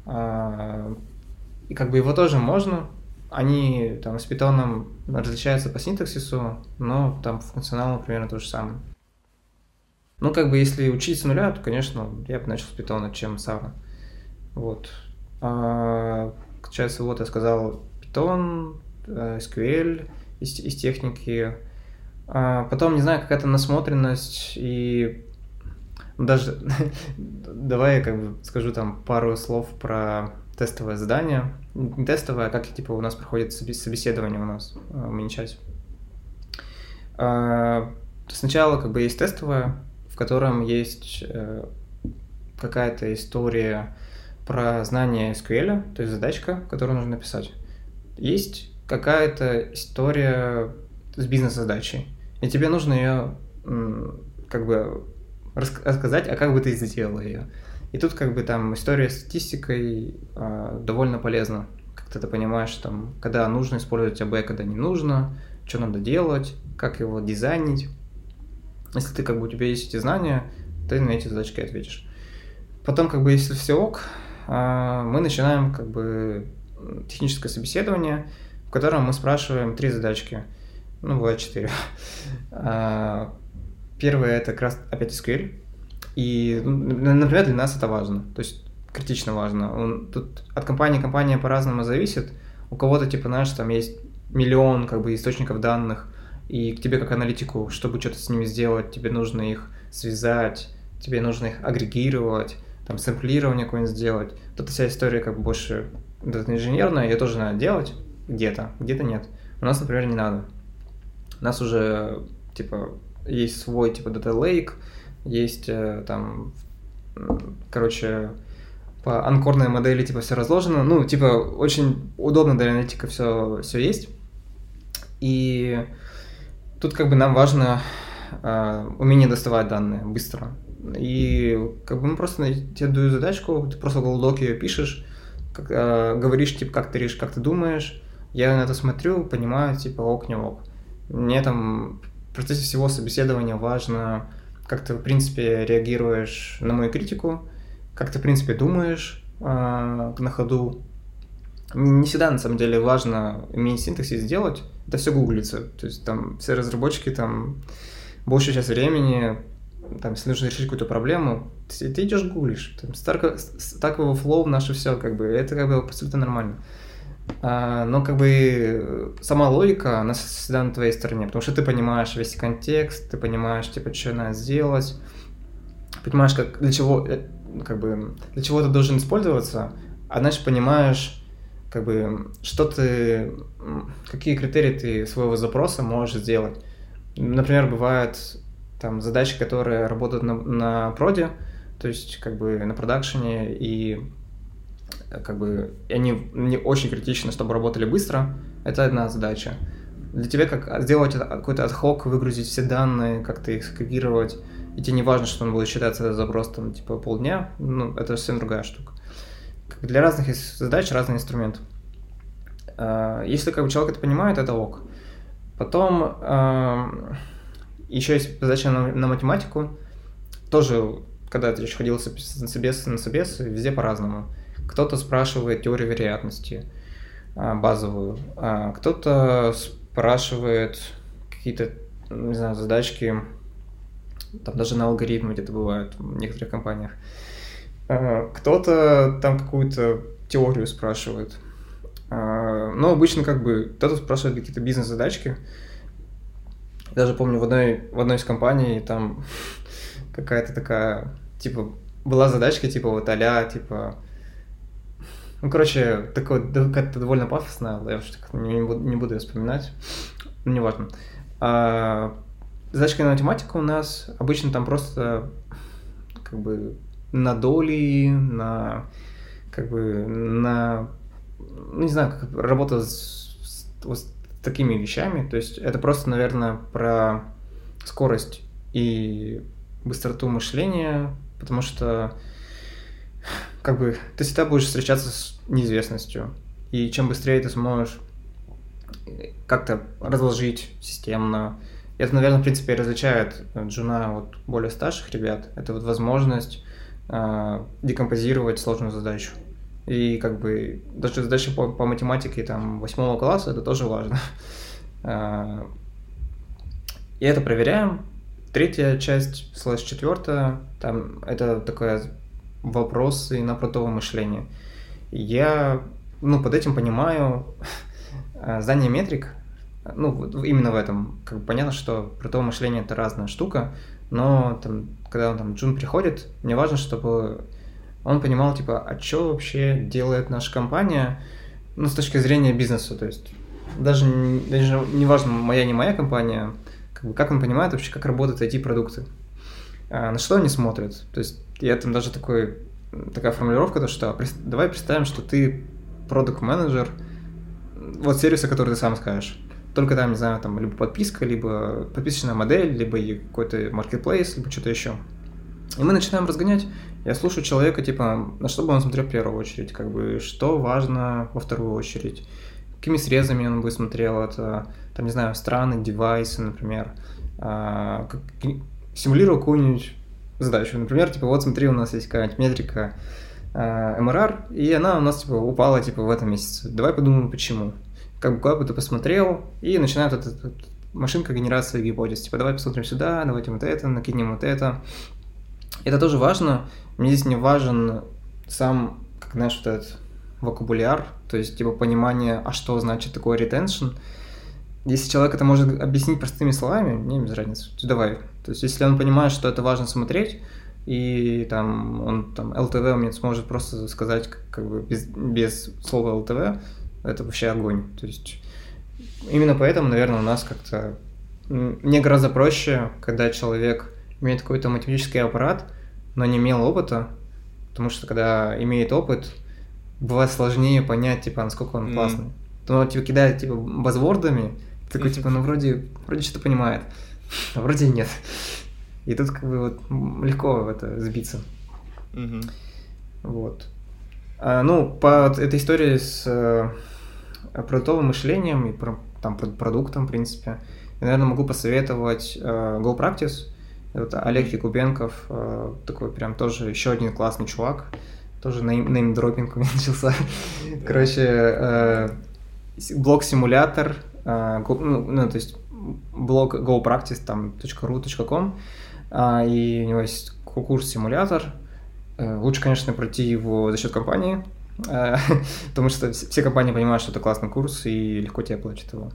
И как бы его тоже можно. Они там с Python различаются по синтаксису, но там функционал примерно то же самое. Ну, как бы если учить с нуля, то, конечно, я бы начал с Python, чем с R. Вот. Сейчас вот я сказал Python, SQL из техники. Потом, не знаю, какая-то насмотренность и даже давай я как бы скажу там пару слов про тестовое задание. Не тестовое, а как типа у нас проходит собеседование у нас в мини-чате. Сначала как бы есть тестовое, в котором есть какая-то история про знание SQL, то есть задачка, которую нужно написать. Есть какая-то история с бизнес-задачей, и тебе нужно ее как бы рассказать, а как бы ты сделал ее. И тут как бы там история с статистикой довольно полезна. Как ты понимаешь, там, когда нужно использовать АБ, когда не нужно, что надо делать, как его дизайнить. Если ты как бы у тебя есть эти знания, ты на эти задачки ответишь. Потом как бы если все ок, мы начинаем как бы техническое собеседование, в котором мы спрашиваем 3 задачки. Ну, бывает 4. Первое это как раз опять SQL. И, например, для нас это важно. То есть критично важно. Тут от компании к компании по-разному зависит. У кого-то, типа, знаешь, там есть миллион как бы источников данных, и к тебе как аналитику, чтобы что-то с ними сделать, тебе нужно их связать, тебе нужно их агрегировать, там сэмплирование какое-нибудь сделать. Тут вся история как бы больше инженерная, ее тоже надо делать где-то нет. У нас, например, не надо. У нас уже, типа, есть свой, типа, Data Lake, есть там, короче, по анкорной модели, типа, все разложено. Ну, типа, очень удобно для аналитика все есть. И тут как бы нам важно умение доставать данные быстро. И как бы мы просто тебе даю задачку, ты просто в Google Doc ее пишешь, говоришь, типа, как ты решишь, как ты думаешь. Я на это смотрю, понимаю, типа, ок, не ок. Мне там в процессе всего собеседования важно, как ты, в принципе, реагируешь на мою критику, как ты, в принципе, думаешь на ходу. Не всегда, на самом деле, важно иметь синтаксис сделать. Это все гуглится. То есть там все разработчики, там большую часть времени, там, если нужно решить какую-то проблему, ты идешь гуглишь. Там, Stack Overflow, наше все, как бы, это как бы абсолютно нормально. Но как бы сама логика, она всегда на твоей стороне, потому что ты понимаешь весь контекст, ты понимаешь, типа, что надо сделать, понимаешь, как, для чего это должен использоваться, а значит, понимаешь, как бы, какие критерии ты своего запроса можешь сделать. Например, бывают там задачи, которые работают на проде, то есть как бы на продакшене, и как бы они не очень критичны, чтобы работали быстро. Это одна задача. Для тебя как сделать какой-то ad-hoc, выгрузить все данные, как-то их скопировать, и тебе не важно, что он будет считаться запрос там типа полдня, ну, это совсем другая штука. Для разных есть задач разный инструмент. Если как бы человек это понимает, это ок. Потом еще есть задача на математику. Тоже, когда ты еще ходил на собес, везде по-разному. Кто-то спрашивает теорию вероятности базовую, кто-то спрашивает какие-то, не знаю, задачки, там даже на алгоритмы где-то бывают в некоторых компаниях. Кто-то там какую-то теорию спрашивает. Но обычно как бы кто-то спрашивает какие-то бизнес-задачки. Даже помню в одной из компаний там какая-то такая, типа, была задачка, типа, вот а-ля, типа... Ну, короче, как-то довольно пафосно, я уж не буду ее вспоминать, ну, неважно. Задачка на математику у нас обычно там просто как бы на доли, на как бы на, ну, не знаю, как работа с такими вещами. То есть это просто, наверное, про скорость и быстроту мышления, потому что как бы ты всегда будешь встречаться с неизвестностью. И чем быстрее ты сможешь как-то разложить системно. Это, наверное, в принципе, и различает джуна от более старших ребят. Это вот возможность декомпозировать сложную задачу. И как бы даже задача по математике там 8 класса, это тоже важно. И это проверяем. Третья часть, /4, там это такая вопросы на протовое мышление. Я, под этим понимаю знание метрик. Именно в этом. Как бы понятно, что протовое мышление – это разная штука, но там, когда джун приходит, мне важно, чтобы он понимал, типа, а что вообще делает наша компания, ну, с точки зрения бизнеса, то есть даже не важно, моя, не моя компания, как он понимает вообще, как работают IT-продукты, на что они смотрят. То есть я там даже такая формулировка, то что давай представим, что ты продакт-менеджер вот сервиса, который ты сам скажешь. Только там, не знаю, там либо подписка, либо подписочная модель, либо какой-то marketplace, либо что-то еще. И мы начинаем разгонять. Я слушаю человека, типа, на что бы он смотрел в первую очередь, что важно во вторую очередь, какими срезами он бы смотрел, это, там, не знаю, страны, девайсы, например, симулировал какую-нибудь задачу. Например, типа, вот смотри, у нас есть какая-нибудь метрика MRR, и она у нас, типа, упала, типа, в этом месяце. Давай подумаем, почему. Куда бы ты посмотрел, и начинает эта машинка генерации гипотез. Типа, давай посмотрим сюда, давайте вот это, накинем вот это. Это тоже важно. Мне здесь не важен сам, как, знаешь, вот этот вокабуляр, то есть, типа, понимание, а что значит такое retention. Если человек это может объяснить простыми словами, мне без разницы, давай. То есть, если он понимает, что это важно смотреть, и там он там LTV мне сможет просто сказать как бы без слова LTV, это вообще огонь. То есть, именно поэтому, наверное, у нас как-то... Мне гораздо проще, когда человек имеет какой-то математический аппарат, но не имел опыта, потому что когда имеет опыт, бывает сложнее понять, типа, насколько он классный. То он типа кидает типа базвордами, такой типа, ну вроде что-то понимает, а вроде нет. И тут как бы вот легко в это сбиться. Вот. Ну, по этой истории с продуктовым мышлением и там продуктом, в принципе, я, наверное, могу посоветовать GoPractice. Это Олег Якубенков, такой прям тоже еще один классный чувак. Тоже неймдропинг у меня начался. Короче, блог-симулятор, ну, то есть блог GoPractice, там, .ru.com, и у него есть курс-симулятор. Лучше, конечно, пройти его за счет компании, потому что все компании понимают, что это классный курс, и легко тебе платят его.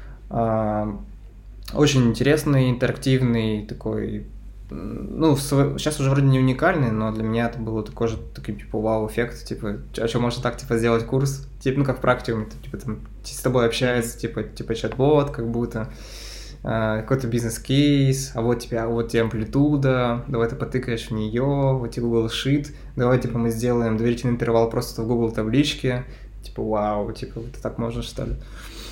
Очень интересный, интерактивный такой, ну, сейчас уже вроде не уникальный, но для меня это было такой типа, вау-эффект, типа, а что, можно так, типа, сделать курс? Типа, ну, как в практикуме, типа, там, с тобой общается, типа чат-бот, как будто, какой-то бизнес-кейс, а вот тебе амплитуда, давай ты потыкаешь в нее, вот тебе Google Sheet, давай, типа, мы сделаем доверительный интервал просто в Google табличке, типа, вау, типа, это так можно, что ли?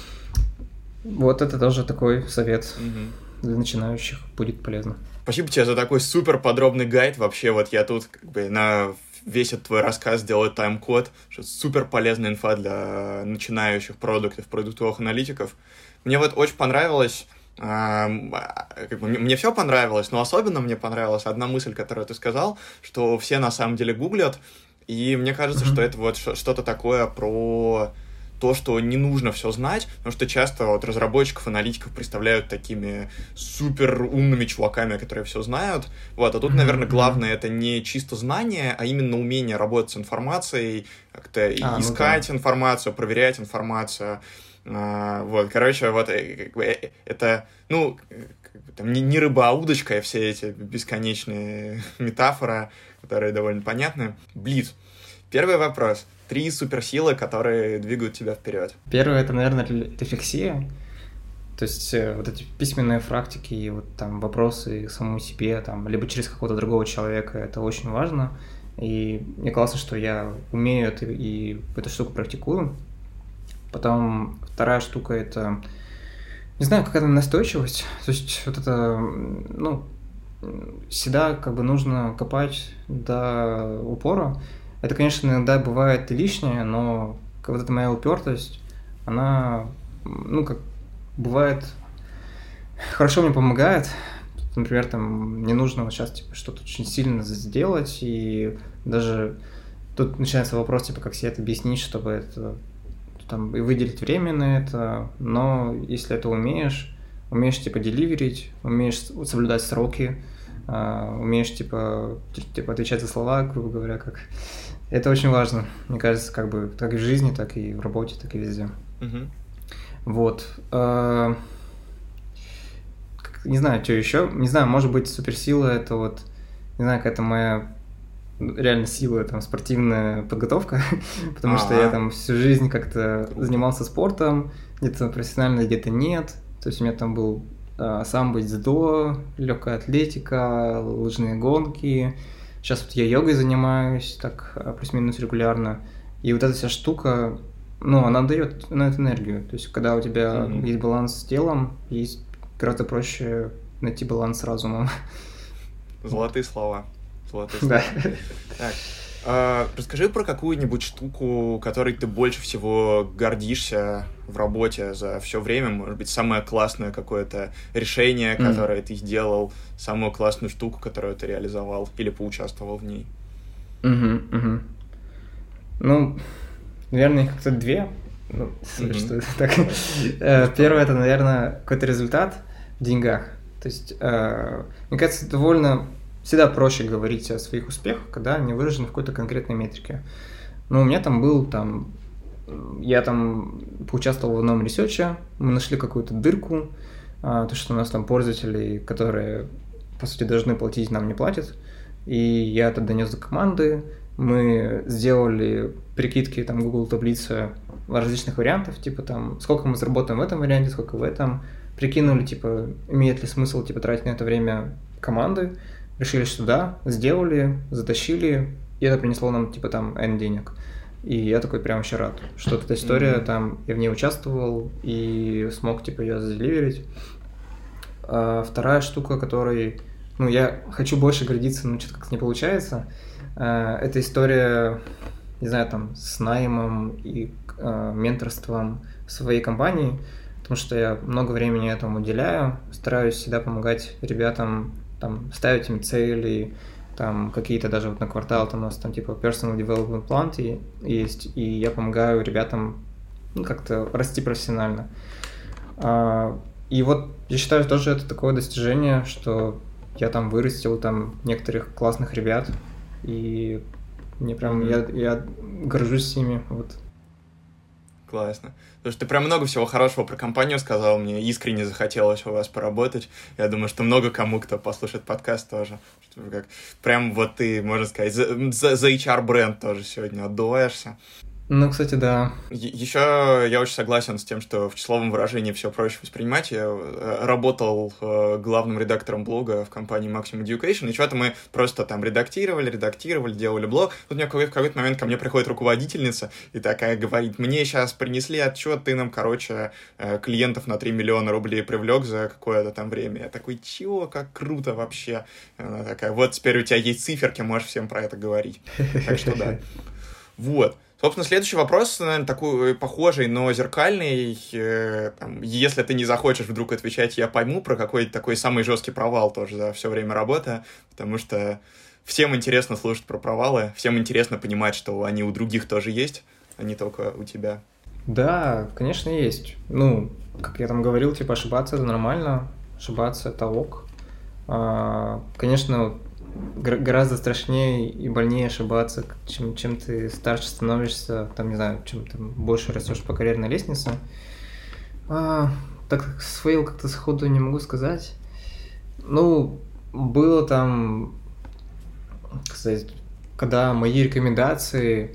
Вот это тоже такой совет для начинающих, будет полезно. Спасибо тебе за такой супер подробный гайд. Вообще, вот я тут как бы на весь этот твой рассказ делаю тайм-код, что супер полезная инфа для начинающих продуктовых аналитиков. Мне вот очень понравилось, как бы, мне все понравилось, но особенно мне понравилась одна мысль, которую ты сказал, что все на самом деле гуглят, и мне кажется, что это вот что-то такое про то, что не нужно все знать, потому что часто вот разработчиков, аналитиков представляют такими супер умными чуваками, которые все знают. Вот, а тут, наверное, главное это не чисто знание, а именно умение работать с информацией, как-то искать информацию, проверять информацию. Вот, короче, вот это, ну, там, не рыба, а удочка, и все эти бесконечные метафоры, которые довольно понятны. Блиц. Первый вопрос. 3 суперсилы, которые двигают тебя вперед. Первое, это, наверное, рефлексия. То есть вот эти письменные практики и вот там вопросы самому себе, там, либо через какого-то другого человека, это очень важно. И мне классно, что я умею это и эту штуку практикую. Потом вторая штука – это, не знаю, какая-то настойчивость. То есть вот это, ну, всегда как бы нужно копать до упора. Это, конечно, иногда бывает лишнее, но вот эта моя упертость, она, ну, как бывает, хорошо мне помогает. Например, там, мне нужно вот сейчас типа, что-то очень сильно сделать, и даже тут начинается вопрос, типа, как себе это объяснить, чтобы это, там, и выделить время на это, но если это умеешь, типа, деливерить, умеешь соблюдать сроки, умеешь, типа, отвечать за слова, грубо говоря, как... Это очень важно, мне кажется, как бы, как и в жизни, так и в работе, так и везде. Вот. Не знаю, что еще. Не знаю, может быть, суперсила это вот, не знаю, какая-то моя реально сила, там, спортивная подготовка, потому что я там всю жизнь как-то занимался спортом, где-то профессионально, где-то нет. То есть у меня там был самбо, дзюдо, легкая атлетика, лыжные гонки. Сейчас вот я йогой занимаюсь, так плюс-минус регулярно. И вот эта вся штука, ну, она дает на эту энергию. То есть когда у тебя есть баланс с телом, есть гораздо проще найти баланс с разумом. Золотые слова. Да. Так, расскажи про какую-нибудь штуку, которой ты больше всего гордишься в работе за все время. Может быть, самое классное какое-то решение, которое ты сделал, самую классную штуку, которую ты реализовал или поучаствовал в ней. Ну, наверное, их как-то две. Ну, что это так? Первое, это, наверное, какой-то результат в деньгах. То есть, мне кажется, довольно всегда проще говорить о своих успехах, когда они выражены в какой-то конкретной метрике. Ну, у меня там был, я там поучаствовал в одном ресерче, мы нашли какую-то дырку, то, что у нас там пользователи, которые, по сути, должны платить, нам не платят, и я это донес до команды, мы сделали прикидки, там, Google таблицы различных вариантов, типа, там, сколько мы заработаем в этом варианте, сколько в этом, прикинули, типа, имеет ли смысл, типа, тратить на это время команды, решили, что да, сделали, затащили, и это принесло нам, типа, там, N денег. И я такой прям вообще рад, что эта история, там, я в ней участвовал и смог, типа, ее заделиверить. Вторая штука, которой, ну, я хочу больше гордиться, но что-то как-то не получается, это история, не знаю, там, с наймом и менторством в своей компании, потому что я много времени этому уделяю, стараюсь всегда помогать ребятам, там, ставить им цели, там, какие-то даже вот на квартал там у нас там типа personal development plan есть, и я помогаю ребятам, ну, как-то расти профессионально. И вот я считаю, тоже это такое достижение, что я там вырастил там некоторых классных ребят, и мне прям, я горжусь ими, вот. Классно. Потому что ты прям много всего хорошего про компанию сказал, мне искренне захотелось у вас поработать. Я думаю, что много кому, кто послушает подкаст тоже. Как, прям вот ты, можно сказать, за HR-бренд тоже сегодня отдуваешься. Ну, кстати, да. Еще я очень согласен с тем, что в числовом выражении все проще воспринимать. Я работал главным редактором блога в компании Maximum Education, и что-то мы просто там редактировали, делали блог. Тут в какой-то момент ко мне приходит руководительница и такая говорит: мне сейчас принесли отчет, ты нам, короче, клиентов на 3 миллиона рублей привлек за какое-то там время. Я такой: чего, как круто вообще. Она такая: вот теперь у тебя есть циферки, можешь всем про это говорить. Так что да. Вот. Собственно, следующий вопрос, наверное, такой похожий, но зеркальный. Если ты не захочешь вдруг отвечать, я пойму, про какой-то такой самый жесткий провал тоже за все время работы, потому что всем интересно слушать про провалы, всем интересно понимать, что они у других тоже есть, а не только у тебя. Да, конечно, есть. Ну, как я там говорил, типа, ошибаться — это нормально, ошибаться — это ок. Конечно, гораздо страшнее и больнее ошибаться, чем ты старше становишься, там, не знаю, чем ты больше растешь по карьерной лестнице. Так сфейл как-то сходу не могу сказать. Ну, было там, кстати, когда мои рекомендации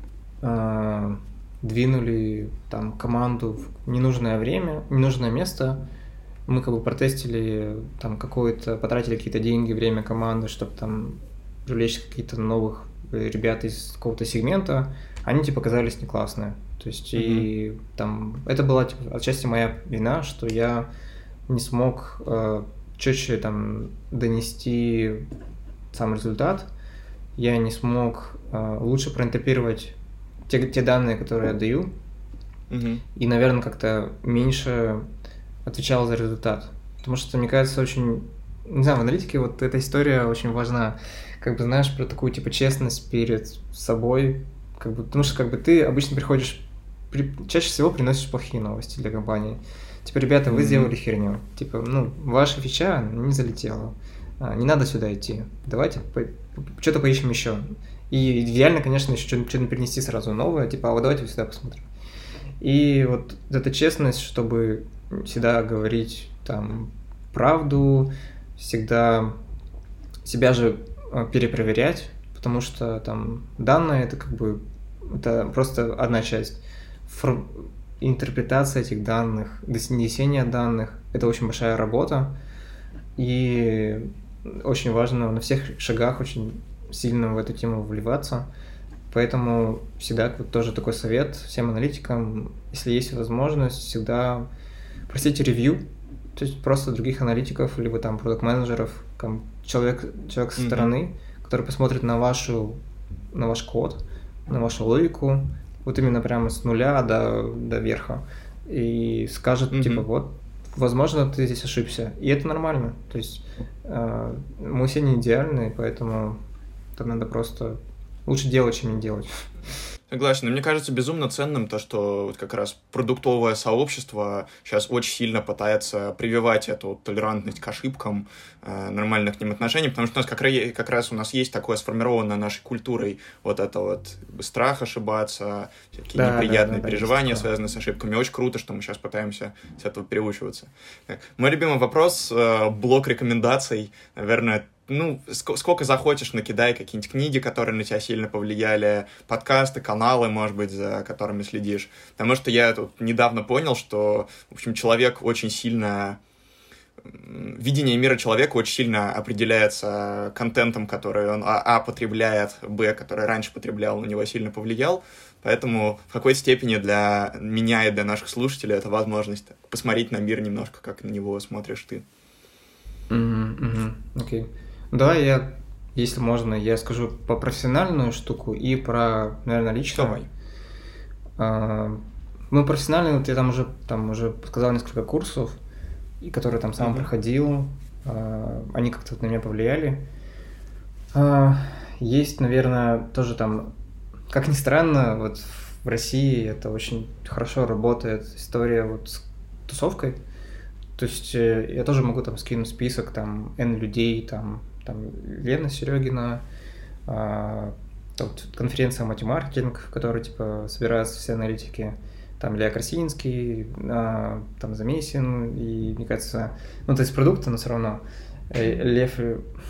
двинули там команду в ненужное время, ненужное место. Мы как бы протестили там потратили какие-то деньги, время команды, чтобы там привлечь каких-то новых ребят из какого-то сегмента. Они типа оказались не классные. То есть и там это была типа отчасти моя вина, что я не смог четче там донести сам результат. Я не смог лучше проинтерпретировать те данные, которые я даю. И, наверное, как-то меньше отвечал за результат. Потому что, мне кажется, очень... Не знаю, в аналитике вот эта история очень важна. Как бы, знаешь, про такую, типа, честность перед собой. Как бы, потому что, как бы, ты обычно приходишь... Чаще всего приносишь плохие новости для компании. Типа, ребята, вы сделали херню. Типа, ну, ваша фича не залетела. Не надо сюда идти. Давайте что-то поищем еще. И идеально, конечно, еще что-то перенести сразу новое. Типа, а вот давайте сюда посмотрим. И вот эта честность, чтобы всегда говорить там правду, всегда себя же перепроверять, потому что там данные это как бы это просто одна часть. Интерпретация этих данных, донесение данных это очень большая работа, и очень важно на всех шагах очень сильно в эту тему вливаться. Поэтому всегда вот тоже такой совет всем аналитикам, если есть возможность, всегда просите ревью, то есть просто других аналитиков, либо там продакт-менеджеров, человек со стороны, который посмотрит на ваш код, на вашу логику, вот именно прямо с нуля до верха, и скажет, типа, вот, возможно, ты здесь ошибся. И это нормально. То есть мы все не идеальны, поэтому там надо просто лучше делать, чем не делать. Согласен. Но мне кажется безумно ценным то, что вот как раз продуктовое сообщество сейчас очень сильно пытается прививать эту толерантность к ошибкам, нормальных к ним отношений, потому что у нас как раз у нас есть такое сформированное нашей культурой вот это вот страх ошибаться, всякие неприятные переживания, связанные с ошибками. Очень круто, что мы сейчас пытаемся с этого переучиваться. Мой любимый вопрос, блок рекомендаций, наверное, сколько захочешь, накидай какие-нибудь книги, которые на тебя сильно повлияли, подкасты, каналы, может быть, за которыми следишь. Потому что я тут недавно понял, что, в общем, человек очень сильно... Видение мира человека очень сильно определяется контентом, который он, потребляет, который раньше потреблял, на него сильно повлиял. Поэтому в какой-то степени для меня и для наших слушателей это возможность посмотреть на мир немножко, как на него смотришь ты. Окей. Да, если можно, я скажу про профессиональную штуку и про, наверное, личную. Давай. Профессиональную, вот я там уже сказал несколько курсов, и которые там сам проходил, они как-то на меня повлияли. Есть, наверное, тоже там, как ни странно, вот в России это очень хорошо работает история вот с тусовкой. То есть я тоже могу там скинуть список, там, N людей, там Лена Серегина, конференция «Матемаркетинг», в которой, типа, собираются все аналитики, там, Илья Красинский, там, Замесин, и, мне кажется, то есть продукты, но все равно, Лев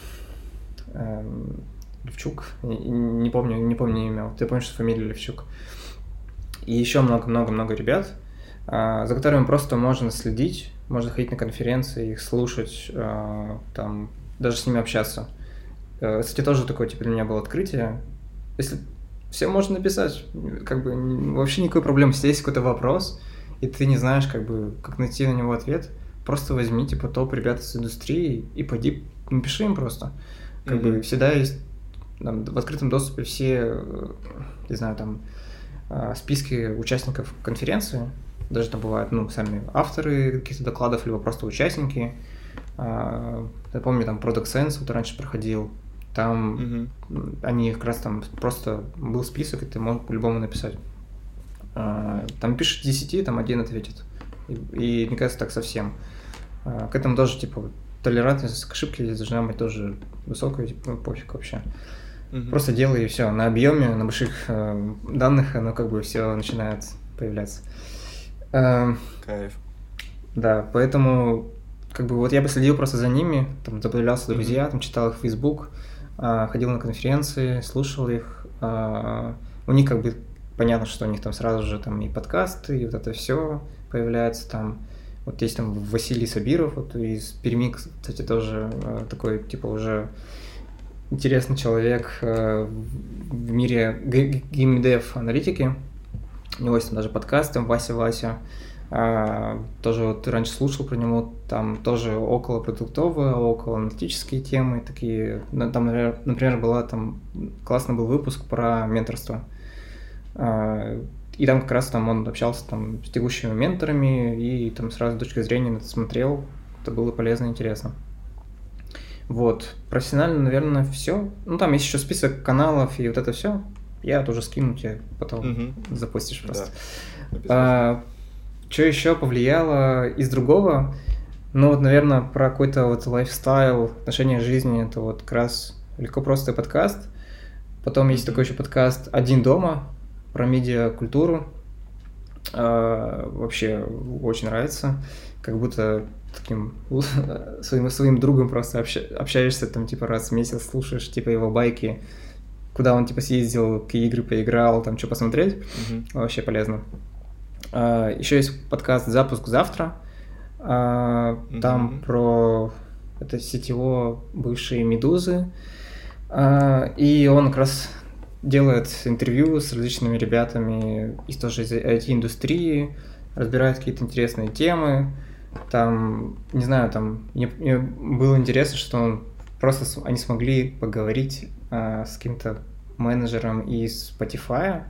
Левчук, не помню имя, ты помнишь фамилию Левчук, и еще много-много-много ребят, за которыми просто можно следить, можно ходить на конференции, их слушать, там, даже с ними общаться. Кстати, тоже такое, типа, для меня было открытие. Если всем можно написать, как бы вообще никакой проблемы. Если есть какой-то вопрос, и ты не знаешь, как найти на него ответ, просто возьми, типа, топ ребят из индустрии и пойди, напиши им просто. Как бы всегда есть там, в открытом доступе все, не знаю, там, списки участников конференции. Даже там бывают, сами авторы каких-то докладов, либо просто участники. Я помню, там Product Sense вот раньше проходил, там они как раз там просто был список, и ты мог по-любому написать. Там пишешь 10, там один ответит. И мне кажется, так совсем. К этому тоже, типа, толерантность к ошибке должна быть тоже высокая, типа, пофиг вообще. Просто делай, и все. На объеме, на больших данных оно как бы все начинает появляться. Кайф. Да, поэтому как бы вот я бы следил просто за ними, там добавлялся друзья, там читал их в Facebook, ходил на конференции, слушал их. У них как бы понятно, что у них там сразу же там и подкасты, и вот это все появляется там. Вот есть там Василий Сабиров, вот из Перми, кстати, тоже такой, типа, уже интересный человек в мире геймдев аналитики. У него есть там даже подкаст, там Вася. Тоже вот раньше слушал про него, там тоже около продуктовые, около аналитические темы такие. Там, например, классный был выпуск про менторство. И там как раз там он общался там с текущими менторами и там сразу с точки зрения на это смотрел. Это было полезно и интересно. Вот. Профессионально, наверное, все. Там есть еще список каналов и вот это все. Я тоже скину тебе, потом запустишь просто. Да. Что еще повлияло из другого? Вот, наверное, про какой-то вот лайфстайл, отношение к жизни, это вот как раз легко просто подкаст. Потом есть такой еще подкаст «Один дома» про медиакультуру. Вообще очень нравится. Как будто таким своим другом просто общаешься, там, типа, раз в месяц слушаешь, типа, его байки. куда он, типа, съездил, какие игры поиграл, там, что посмотреть. Вообще полезно. Еще есть подкаст «Запуск завтра». Там про... Это сетево бывшие «Медузы». И он как раз делает интервью с различными ребятами тоже из IT-индустрии, разбирает какие-то интересные темы. Там, не знаю, там мне было интересно, что они смогли поговорить с каким-то менеджером из Spotify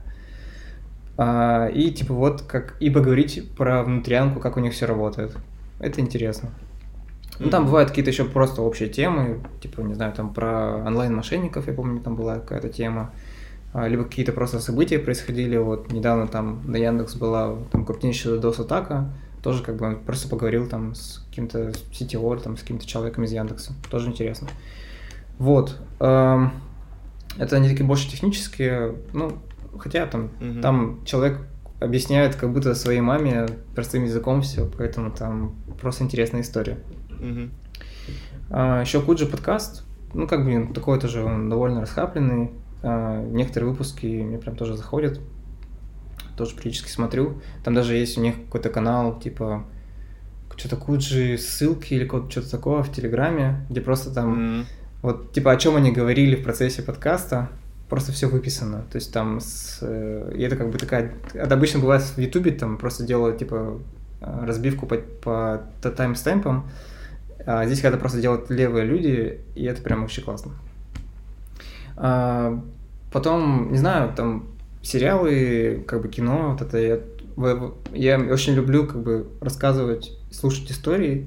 и типа вот как и поговорить про внутрянку, как у них все работает. Это интересно. Ну, там бывают какие-то еще просто общие темы, типа, не знаю, там про онлайн-мошенников, я помню, там была какая-то тема, либо какие-то просто события происходили. Вот недавно там на Яндекс была там крупнейшая DOS-атака, тоже как бы он просто поговорил там с каким-то CTO, там с каким-то человеком из Яндекса, тоже интересно. Вот. Это они такие больше технические, ну, хотя там человек объясняет как будто своей маме простым языком все, поэтому там просто интересная история. Еще Куджи подкаст, ну, как бы такой тоже, он довольно расхапленный. Некоторые выпуски мне прям тоже заходят, тоже периодически смотрю. Там даже есть у них какой-то канал, типа, что-то Куджи ссылки или что-то такое в Телеграме, где просто там, вот, типа, о чем они говорили в процессе подкаста, просто все выписано. То есть там, и это как бы такая, это обычно бывает в Ютубе, там просто делают, типа, разбивку по таймстемпам, а здесь когда просто делают левые люди, и это прям вообще классно. Потом, не знаю, там сериалы, как бы кино, вот это я очень люблю как бы рассказывать, слушать истории.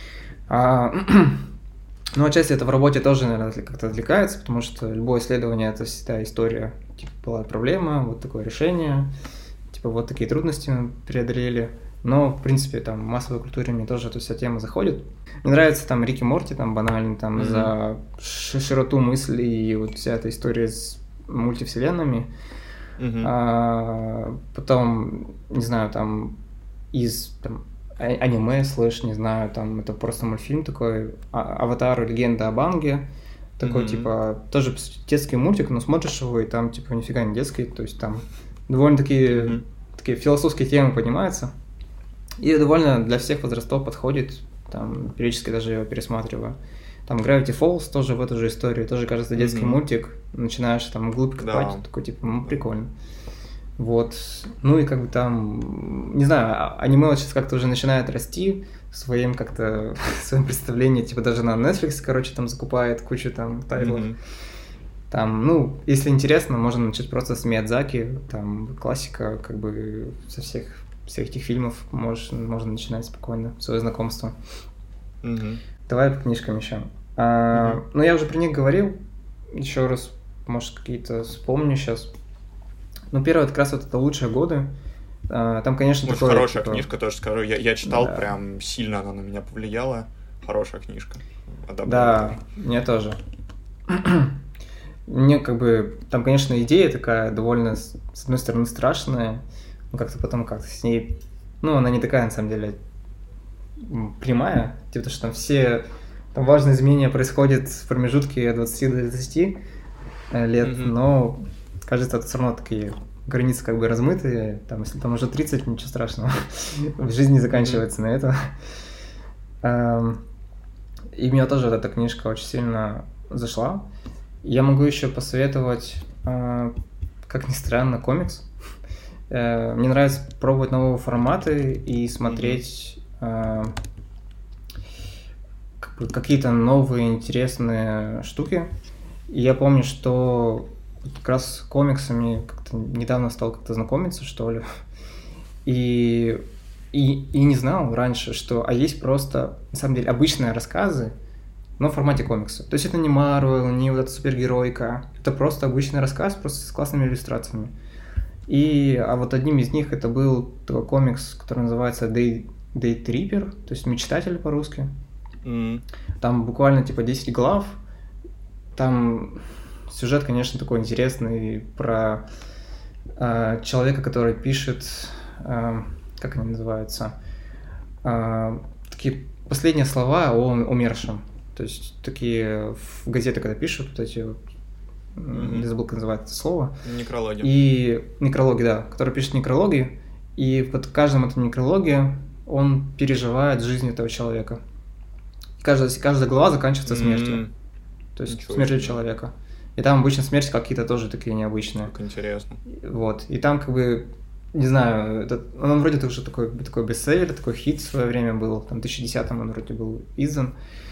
Ну, отчасти это в работе тоже, наверное, как-то отвлекается, потому что любое исследование – это всегда история. Типа, была проблема, вот такое решение, типа, вот такие трудности мы преодолели. Но, в принципе, там, в массовой культуре мне тоже эта вся тема заходит. Мне нравится там Рик и Морти, там, банально, там, за широту мысли и вот вся эта история с мультивселенными. Потом, не знаю, там, из там, аниме, не знаю, там, это просто мультфильм такой, «Аватар. Легенда об Аанге». Такой, типа, тоже детский мультик, но смотришь его, и там, типа, нифига не детский, то есть там довольно-таки такие философские темы поднимаются. И довольно для всех возрастов подходит, там, периодически даже его пересматриваю. Там Gravity Falls тоже в эту же историю, тоже, кажется, детский мультик, начинаешь там глубь копать, такой, типа, прикольно. Вот, ну и как бы там, не знаю, аниме вот сейчас как-то уже начинает расти в своем как-то, в своем представлении, типа даже на Netflix, короче, там закупает кучу там тайтлов. Там, ну, если интересно, можно начать просто с Миядзаки, там классика, как бы со всех этих фильмов можно начинать спокойно свое знакомство. Давай по книжкам еще. Ну, я уже про них говорил, еще раз, может, какие-то вспомню сейчас. Ну, первое, как раз вот это «Лучшие годы». Там, конечно, такое... Хорошая книжка, тоже скажу. Я читал, прям сильно она на меня повлияла. Хорошая книжка. Да, мне тоже. Мне как бы... Там, конечно, идея такая довольно, с одной стороны, страшная, но как-то потом как-то с ней... Ну, она не такая, на самом деле, прямая. Типа, что там все... Там важные изменения происходят в промежутке от 20 до 30 лет, но... Кажется, это все равно такие границы как бы размытые. Там, если там уже 30, ничего страшного. В жизни заканчивается на это. И мне тоже вот эта книжка очень сильно зашла. Я могу еще посоветовать, как ни странно, комикс. Мне нравится пробовать новые форматы и смотреть какие-то новые интересные штуки. И я помню, что как раз с комиксами как-то недавно стал как-то знакомиться, что ли. И не знал раньше, что... А есть просто, на самом деле, обычные рассказы, но в формате комикса. То есть это не Marvel, не вот эта супергеройка. Это просто обычный рассказ, просто с классными иллюстрациями. А вот одним из них это был такой комикс, который называется Daytripper, то есть мечтатель по-русски. Там буквально типа 10 глав. Там... Сюжет, конечно, такой интересный про человека, который пишет, как они называются, такие последние слова о умершем. То есть такие в газеты, когда пишут вот эти вот Я забыл, как называется это слово. Некрологи. И некрологи, да, который пишет некрологи, и под каждым этом некрологе он переживает жизнь этого человека. Каждая глава заканчивается смертью. То есть смертью человека. И там обычно смерти какие-то тоже такие необычные. Как интересно. Вот. И там как бы, не знаю, он вроде тоже такой бестселлер, такой хит в свое время был. Там в 2010-м он вроде был издан.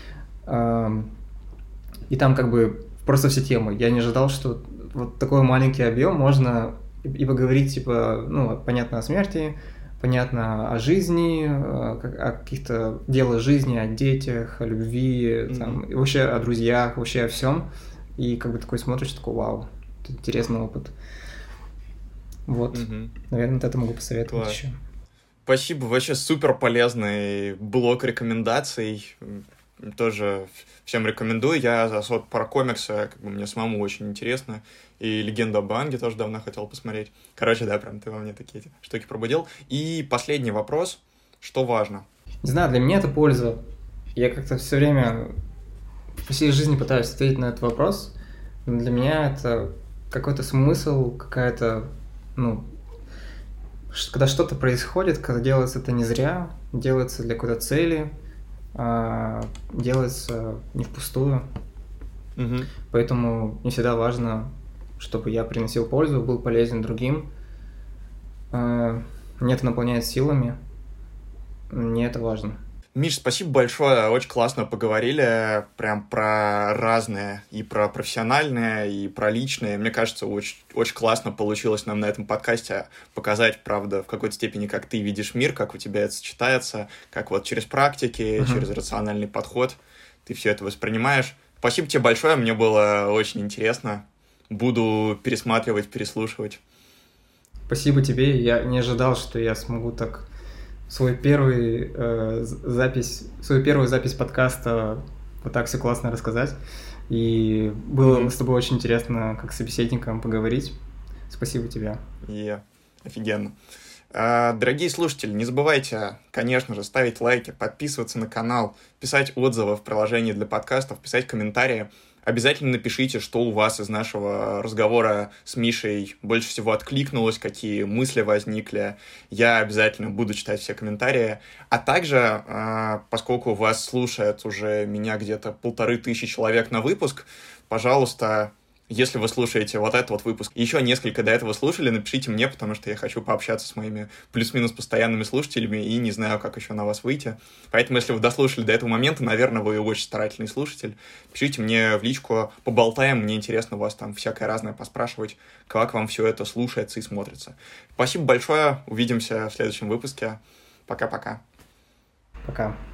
И там как бы просто все темы. Я не ожидал, что вот такой маленький объем можно и поговорить, типа, ну, понятно, о смерти, понятно о жизни, о каких-то делах жизни, о детях, о любви, там, и вообще о друзьях, вообще о всем. И как бы такой смотришь, такой, вау, это интересный опыт. Вот, наверное, вот это могу посоветовать еще. Спасибо, вообще супер полезный блок рекомендаций. Тоже всем рекомендую. Я вот про комиксы, как бы мне самому очень интересно. И «Легенду об Аанге» тоже давно хотел посмотреть. Короче, да, прям ты во мне такие штуки пробудил. И последний вопрос. Что важно? Не знаю, для меня это польза. Я как-то все время по всей жизни пытаюсь ответить на этот вопрос. Но для меня это какой-то смысл, какая-то, ну, когда что-то происходит, когда делается это не зря, делается для какой-то цели, делается не впустую. Поэтому мне всегда важно, чтобы я приносил пользу, был полезен другим. Мне это наполняет силами. Мне это важно. Миш, спасибо большое, очень классно поговорили, прям про разное, и про профессиональное, и про личное. Мне кажется, очень, очень классно получилось нам на этом подкасте показать, правда, в какой-то степени, как ты видишь мир, как у тебя это сочетается, как вот через практики, через рациональный подход ты все это воспринимаешь. Спасибо тебе большое, мне было очень интересно. Буду пересматривать, переслушивать. Спасибо тебе, я не ожидал, что я смогу так... Свою первую запись подкаста вот так все классно рассказать. И было с тобой очень интересно как с собеседником поговорить. Спасибо тебе. Офигенно. Дорогие слушатели, не забывайте, конечно же, ставить лайки, подписываться на канал, писать отзывы в приложении для подкастов, писать комментарии. Обязательно напишите, что у вас из нашего разговора с Мишей больше всего откликнулось, какие мысли возникли. Я обязательно буду читать все комментарии. А также, поскольку вас слушает уже меня где-то 1500 человек на выпуск, пожалуйста, если вы слушаете вот этот вот выпуск, еще несколько до этого слушали, напишите мне, потому что я хочу пообщаться с моими плюс-минус постоянными слушателями и не знаю, как еще на вас выйти. Поэтому, если вы дослушали до этого момента, наверное, вы очень старательный слушатель. Пишите мне в личку, поболтаем, мне интересно у вас там всякое разное поспрашивать, как вам все это слушается и смотрится. Спасибо большое, увидимся в следующем выпуске. Пока-пока. Пока.